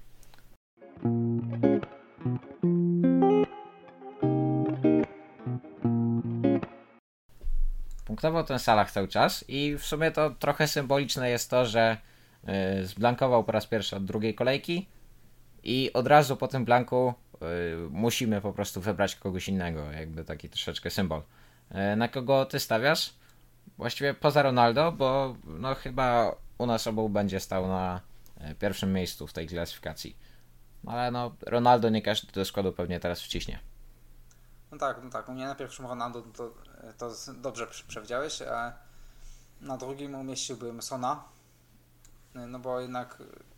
Punktował ten Salah cały czas i w sumie to trochę symboliczne jest to, że zblankował po raz pierwszy od drugiej kolejki i od razu po tym blanku musimy po prostu wybrać kogoś innego, jakby taki troszeczkę symbol. Na kogo ty stawiasz? Właściwie poza Ronaldo, bo no chyba u nas obu będzie stał na pierwszym miejscu w tej klasyfikacji. Ale no Ronaldo nie każdy do składu pewnie teraz wciśnie. No tak, u mnie na pierwszym Ronaldo to dobrze przewidziałeś, a na drugim umieściłbym Sona, no bo jednak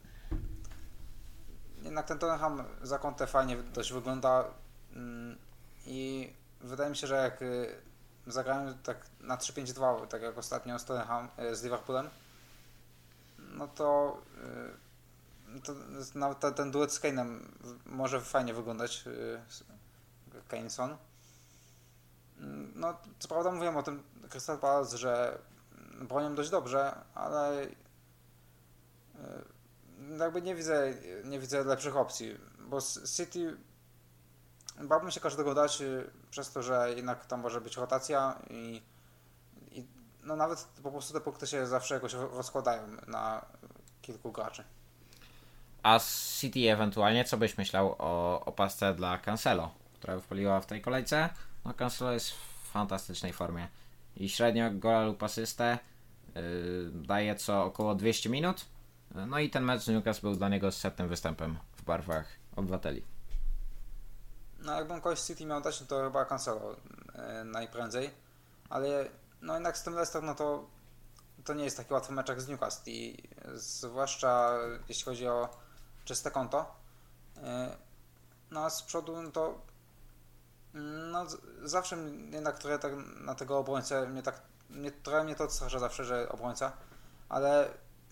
ten Tottenham za Conte fajnie dość wygląda i wydaje mi się, że jak zagrałem tak na 3-5-2, tak jak ostatnio z Tottenham, z Liverpoolem, no to ten duet z Kane'em może fajnie wyglądać, Kane-Son. No, co prawda mówiłem o tym Crystal Palace, że bronią dość dobrze, ale jakby nie widzę lepszych opcji, bo City bałbym się każdego dać przez to, że jednak tam może być rotacja i no nawet po prostu te punkty się zawsze jakoś rozkładają na kilku graczy. A City ewentualnie, co byś myślał o opasce dla Cancelo, która wypaliła w tej kolejce? No Cancelo jest w fantastycznej formie i średnio gola lub asystę daje co około 200 minut. No i ten mecz z Newcastle był dla niego setnym występem w barwach obywateli. No jakbym kogoś z City miał dać, no to chyba Cancelo najprędzej, ale no jednak z tym Leicester, no to nie jest taki łatwy mecz jak z Newcastle i zwłaszcza jeśli chodzi o czyste konto. No a z przodu no to no zawsze jednak trochę tak na tego obrońcę trochę mnie to odstrasza zawsze, że obrońca, ale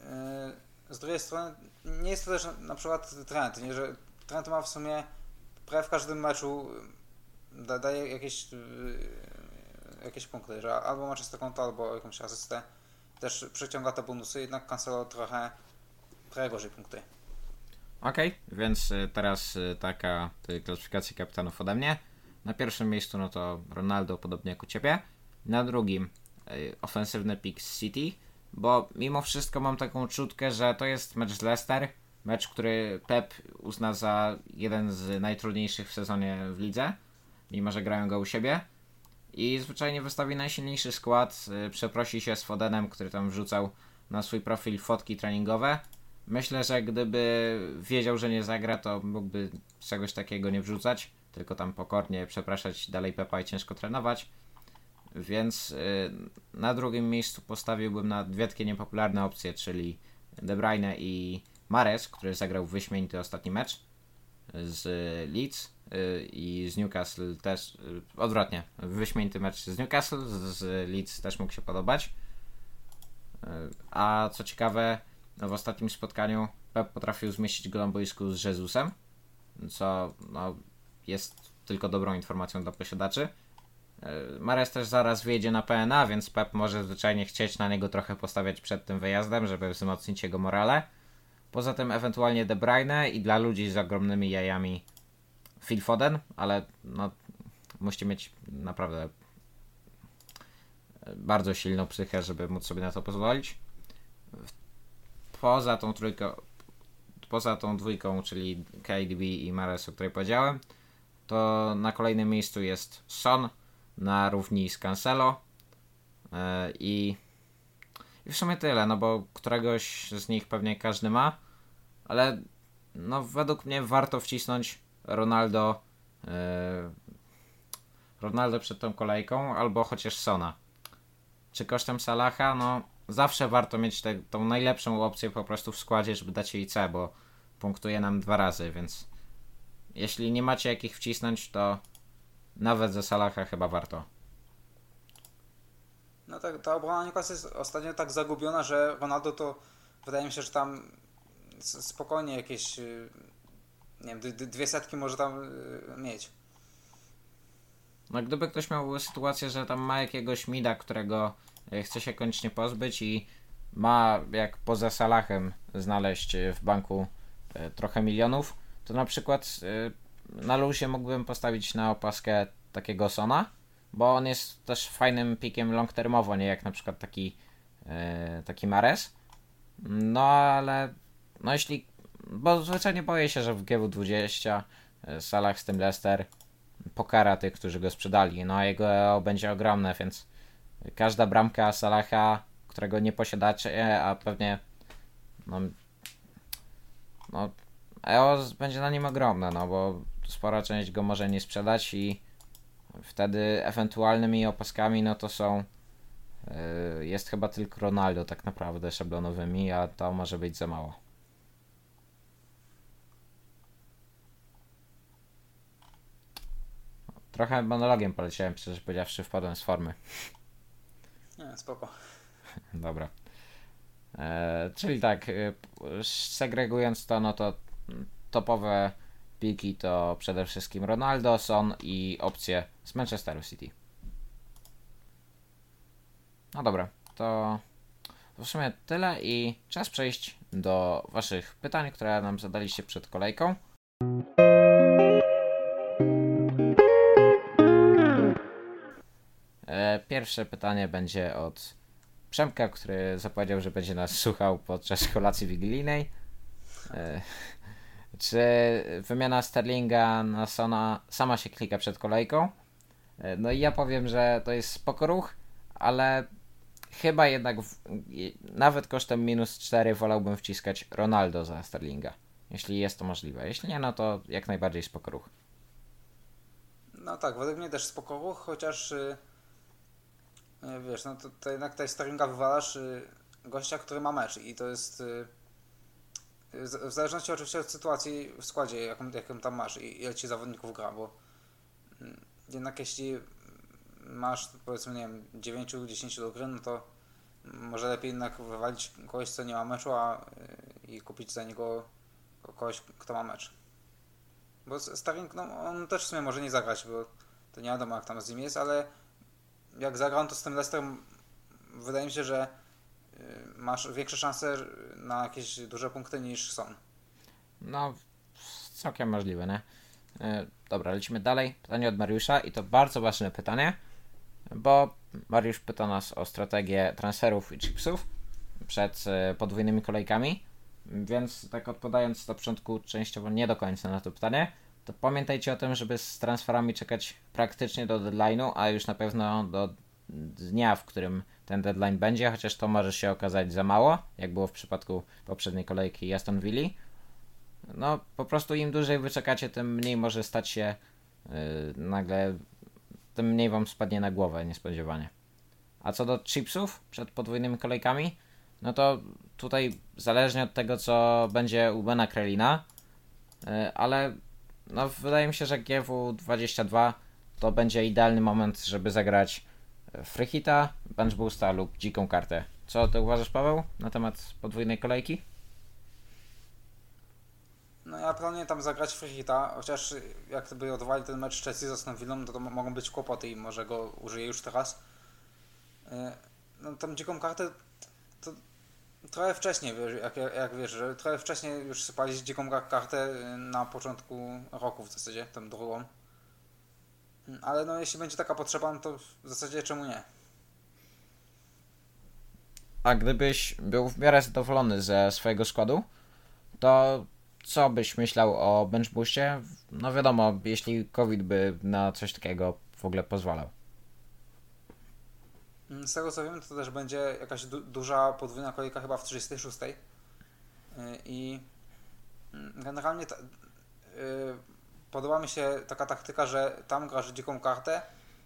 z drugiej strony nie jest to też na przykład Trent, nie, że Trent ma w sumie prawie w każdym meczu daje jakieś punkty, że albo ma czyste konto, albo jakąś asystę, też przyciąga te bonusy, jednak Cancelo trochę gorzej punkty. Okej, więc teraz taka klasyfikacja kapitanów ode mnie. Na pierwszym miejscu no to Ronaldo, podobnie jak u Ciebie. Na drugim ofensywny pick z City, bo mimo wszystko mam taką czutkę, że to jest mecz z Leicester, mecz, który Pep uzna za jeden z najtrudniejszych w sezonie w lidze, mimo że grają go u siebie. I zwyczajnie wystawi najsilniejszy skład, przeprosi się z Fodenem, który tam wrzucał na swój profil fotki treningowe. Myślę, że gdyby wiedział, że nie zagra, to mógłby czegoś takiego nie wrzucać, tylko tam pokornie przepraszać dalej Pepa i ciężko trenować. Więc na drugim miejscu postawiłbym na dwie takie niepopularne opcje, czyli De Bruyne i Mahrez, który zagrał wyśmienity ostatni mecz z Leeds i z Newcastle też, odwrotnie, wyśmienity mecz z Newcastle, z Leeds też mógł się podobać. A co ciekawe, w ostatnim spotkaniu Pep potrafił zmieścić go na boisku z Jezusem, co jest tylko dobrą informacją dla posiadaczy. Mahrez też zaraz wyjedzie na PNA, więc Pep może zwyczajnie chcieć na niego trochę postawiać przed tym wyjazdem, żeby wzmocnić jego morale. Poza tym ewentualnie De Bruyne i dla ludzi z ogromnymi jajami Phil Foden, ale musicie mieć naprawdę bardzo silną psychę, żeby móc sobie na to pozwolić. Poza tą dwójką, czyli KDB i Mahrez, o której powiedziałem, to na kolejnym miejscu jest Son na równi z Cancelo i w sumie tyle, bo któregoś z nich pewnie każdy ma, ale według mnie warto wcisnąć Ronaldo przed tą kolejką, albo chociaż Sona. Czy kosztem Salaha? Zawsze warto mieć tą najlepszą opcję po prostu w składzie, żeby dać jej C, bo punktuje nam 2 razy, więc jeśli nie macie jakich wcisnąć, to nawet ze Salaha chyba warto. No tak, ta obrona Newcastle jest ostatnio tak zagubiona, że Ronaldo to wydaje mi się, że tam spokojnie jakieś, nie wiem, 200 może tam mieć. Gdyby ktoś miał sytuację, że tam ma jakiegoś mida, którego chce się koniecznie pozbyć i ma jak poza Salahem znaleźć w banku trochę milionów, to na przykład na luzie mógłbym postawić na opaskę takiego Sona, bo on jest też fajnym pikiem long termowo, nie jak na przykład taki Mahrez. Ale bo zwyczajnie boję się, że w GW20 Salah z tym Leicester pokara tych, którzy go sprzedali. A jego będzie ogromne, więc każda bramka Salaha, którego nie posiadacie, a pewnie EO będzie na nim ogromne, bo spora część go może nie sprzedać i wtedy ewentualnymi opaskami to są jest chyba tylko Ronaldo tak naprawdę szablonowymi, a to może być za mało. Trochę monologiem poleciałem, szczerze powiedziawszy, wpadłem z formy. Nie, spoko. Dobra. Czyli tak, segregując to, to topowe piki to przede wszystkim Ronaldo, Son i opcje z Manchesteru City. No dobra, to w sumie tyle i czas przejść do waszych pytań, które nam zadaliście przed kolejką. Pierwsze pytanie będzie od Przemka, który zapowiedział, że będzie nas słuchał podczas kolacji wigilijnej. Czy wymiana Sterlinga na Sona sama się klika przed kolejką? No i ja powiem, że to jest spoko ruch, ale chyba jednak nawet kosztem -4 wolałbym wciskać Ronaldo za Sterlinga, jeśli jest to możliwe. Jeśli nie, no to jak najbardziej spoko ruch. No tak, według mnie też spoko ruch, chociaż wiesz, no to jednak tutaj Sterlinga wywalasz gościa, który ma mecz i to jest w zależności oczywiście od sytuacji w składzie, jaką tam masz i ile ci zawodników gra, bo jednak jeśli masz powiedzmy, nie wiem, 9-10 do gry, no to może lepiej jednak wywalić kogoś, co nie ma meczu, i kupić za niego kogoś, kto ma mecz. Bo Sterling, no on też w sumie może nie zagrać, bo to nie wiadomo jak tam z nim jest, ale jak zagram to z tym Leicesterem wydaje mi się, że masz większe szanse na jakieś duże punkty niż Son. No, całkiem możliwe, nie? Dobra, lecimy dalej. Pytanie od Mariusza i to bardzo ważne pytanie, bo Mariusz pyta nas o strategię transferów i chipsów przed podwójnymi kolejkami, więc tak odpowiadając na początku częściowo nie do końca na to pytanie, to pamiętajcie o tym, żeby z transferami czekać praktycznie do deadline'u, a już na pewno do dnia, w którym ten deadline będzie, chociaż to może się okazać za mało, jak było w przypadku poprzedniej kolejki Aston Villa. No po prostu im dłużej wyczekacie, tym mniej może stać się nagle, tym mniej wam spadnie na głowę niespodziewanie. A co do chipsów przed podwójnymi kolejkami, no to tutaj zależnie od tego, co będzie u Bena Krelina, ale no wydaje mi się, że GW22 to będzie idealny moment, żeby zagrać free hita, bench boosta lub dziką kartę. Co ty uważasz, Paweł, na temat podwójnej kolejki? No ja planuję tam zagrać free hita, chociaż jak gdyby odwali ten mecz Chelsea z Aston Villą, to mogą być kłopoty i może go użyję już teraz. No tą dziką kartę to trochę wcześniej, jak wiesz, że trochę wcześniej już sypali dziką kartę na początku roku w zasadzie, tą drugą. Ale no jeśli będzie taka potrzeba, no to w zasadzie czemu nie? A gdybyś był w miarę zadowolony ze swojego składu, to co byś myślał o bench boostie? No wiadomo, jeśli COVID by na coś takiego w ogóle pozwalał. Z tego co wiem, to też będzie jakaś duża podwójna kolejka chyba w 36. I generalnie podoba mi się taka taktyka, że tam grasz dziką kartę,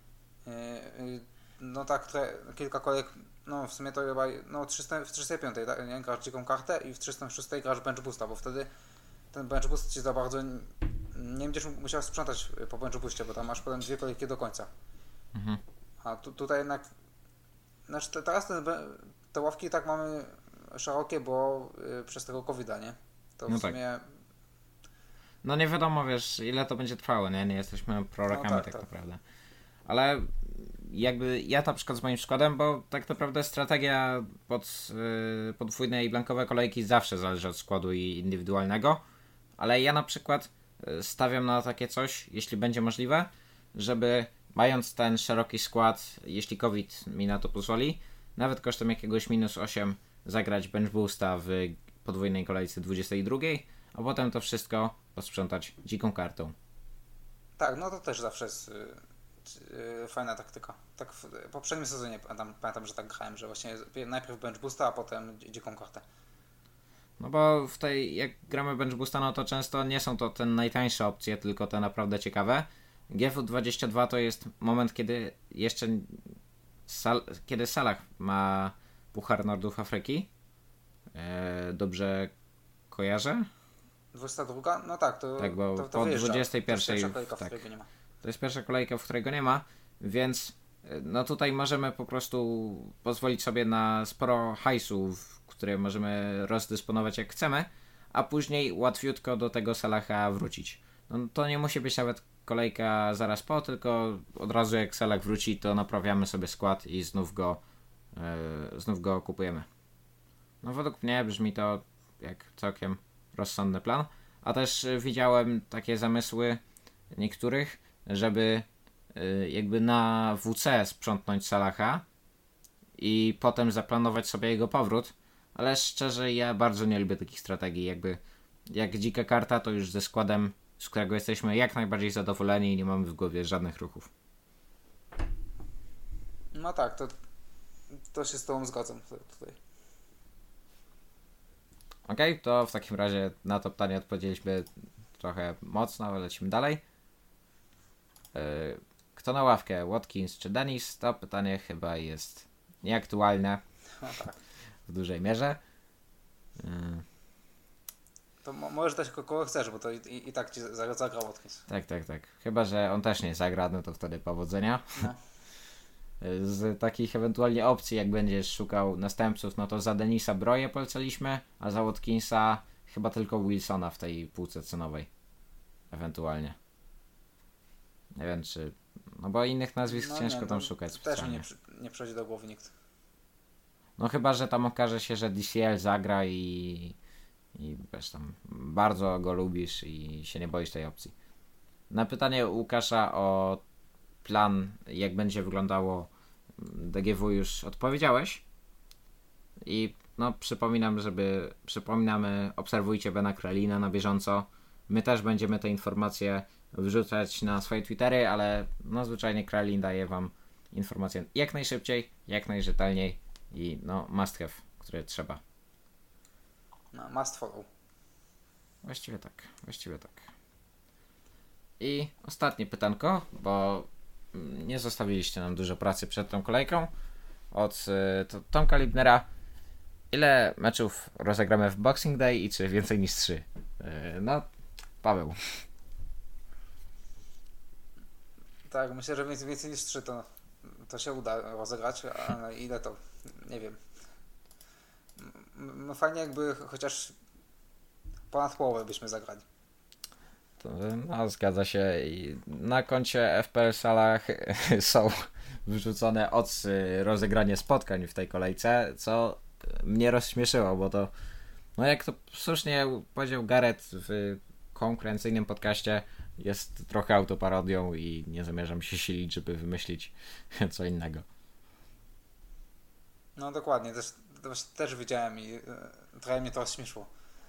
no tak, kilka kolejek, no w sumie to chyba, no w 305, tak, nie? Grasz dziką kartę i w 306 grasz bench boosta, bo wtedy ten bench boost ci za bardzo nie będziesz musiał sprzątać po bench boostie, bo tam masz potem 2 kolejki do końca. Mhm. A tutaj jednak, znaczy teraz te ławki tak mamy szerokie, bo przez tego COVID-a, nie? To no w sumie... Tak. No nie wiadomo, wiesz, ile to będzie trwało, nie? Nie jesteśmy prorokami no tak naprawdę. Ale jakby ja na przykład z moim składem, bo tak naprawdę strategia podwójne i blankowe kolejki zawsze zależy od składu i indywidualnego, ale ja na przykład stawiam na takie coś, jeśli będzie możliwe, żeby mając ten szeroki skład, jeśli COVID mi na to pozwoli, nawet kosztem jakiegoś -8 zagrać bench boosta w podwójnej kolejce 22, a potem to wszystko posprzątać dziką kartą. Tak, no to też zawsze jest fajna taktyka. Tak w poprzednim sezonie pamiętam, że tak grałem, że właśnie najpierw bench boosta, a potem dziką kartę. No bo w tej, jak gramy bench boosta, no to często nie są to te najtańsze opcje, tylko te naprawdę ciekawe. GW22 to jest moment, kiedy jeszcze kiedy Salah ma Puchar Nordów Afryki. Dobrze kojarzę? 22? No tak, to tak, bo to po 21 to jest kolejka, tak, w której go nie ma. To jest pierwsza kolejka, w której go nie ma, więc no tutaj możemy po prostu pozwolić sobie na sporo hajsów, które możemy rozdysponować jak chcemy, a później łatwiutko do tego Salaha wrócić. No to nie musi być nawet kolejka zaraz po, tylko od razu jak Salah wróci, to naprawiamy sobie skład i znów go znów go kupujemy. No według mnie brzmi to jak całkiem rozsądny plan, a też widziałem takie zamysły niektórych, żeby jakby na WC sprzątnąć Salaha i potem zaplanować sobie jego powrót, ale szczerze ja bardzo nie lubię takich strategii, jakby jak dzika karta to już ze składem, z którego jesteśmy jak najbardziej zadowoleni i nie mamy w głowie żadnych ruchów. No tak, to się z tobą zgadzam tutaj. Okej, to w takim razie na to pytanie odpowiedzieliśmy trochę mocno, ale lecimy dalej. Kto na ławkę, Watkins czy Dennis? To pytanie chyba jest nieaktualne w dużej mierze. To możesz dać kogo chcesz, bo to i tak ci zagra Watkins. Tak. Chyba że on też nie zagra, no to wtedy powodzenia. No. Z takich ewentualnie opcji, jak będziesz szukał następców, no to za Denisa Broje polecaliśmy, a za Watkinsa chyba tylko Wilsona w tej półce cenowej. Ewentualnie. Nie wiem czy... No bo innych nazwisk ciężko tam szukać specjalnie. Też mi nie przychodzi do głowy nikt. No chyba, że tam okaże się, że DCL zagra i wiesz tam bardzo go lubisz i się nie boisz tej opcji. Na pytanie Łukasza o plan, jak będzie wyglądało DGW już odpowiedziałeś. I no przypominamy, obserwujcie Bena Kralina na bieżąco. My też będziemy te informacje wrzucać na swoje Twittery, ale no zwyczajnie Kralin daje wam informacje jak najszybciej, jak najrzetelniej i no must have, które trzeba. No, must follow. Właściwie tak. I ostatnie pytanko, bo nie zostawiliście nam dużo pracy przed tą kolejką. Od Tomka Libnera. Ile meczów rozegramy w Boxing Day i czy więcej niż 3? No, Paweł. Tak, myślę, że więcej niż 3 to się uda rozegrać, a ile to nie wiem. No fajnie jakby chociaż ponad połowę byśmy zagrali. No, zgadza się. I na koncie FPL Salah są wyrzucone odcy rozegranie spotkań w tej kolejce, co mnie rozśmieszyło, bo to, no jak to słusznie powiedział Gareth w konkurencyjnym podcaście, jest trochę autoparodią i nie zamierzam się silić, żeby wymyślić co innego. No dokładnie, też widziałem i trochę mnie to rozśmieszyło.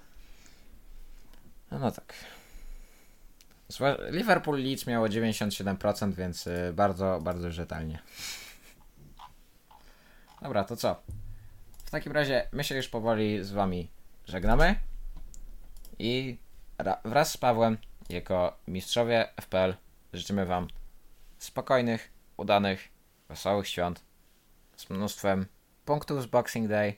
No tak. Liverpool Leeds miało 97%, więc bardzo, bardzo rzetelnie. Dobra, to co? W takim razie my się już powoli z wami żegnamy i wraz z Pawłem jako mistrzowie FPL życzymy wam spokojnych, udanych, wesołych świąt z mnóstwem punktów z Boxing Day,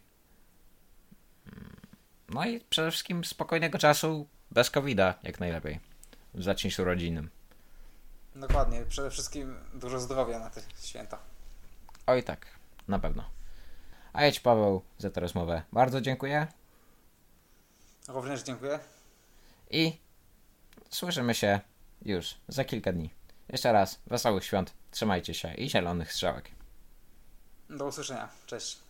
no i przede wszystkim spokojnego czasu bez COVID-a jak najlepiej w zaciszu rodzinnym. Dokładnie, przede wszystkim dużo zdrowia na te święta. Oj tak, na pewno. A ja ci, Paweł, za tę rozmowę bardzo dziękuję. Również dziękuję. I słyszymy się już za kilka dni. Jeszcze raz, wesołych świąt, trzymajcie się i zielonych strzałek. Do usłyszenia, cześć.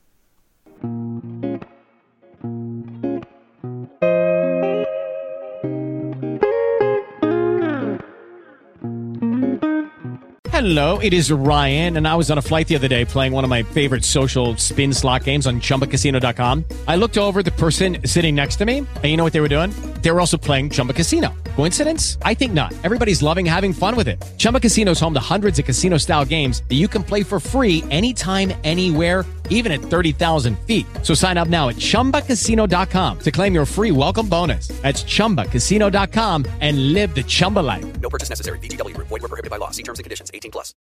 Hello, it is Ryan, and I was on a flight the other day playing one of my favorite social spin slot games on ChumbaCasino.com. I looked over at the person sitting next to me, and you know what they were doing? They were also playing Chumba Casino. Coincidence? I think not. Everybody's loving having fun with it. Chumba Casino is home to hundreds of casino-style games that you can play for free anytime, anywhere, even at 30,000 feet. So sign up now at ChumbaCasino.com to claim your free welcome bonus. That's ChumbaCasino.com and live the Chumba life. No purchase necessary. VGW. Void where prohibited by law. See terms and conditions. 18+.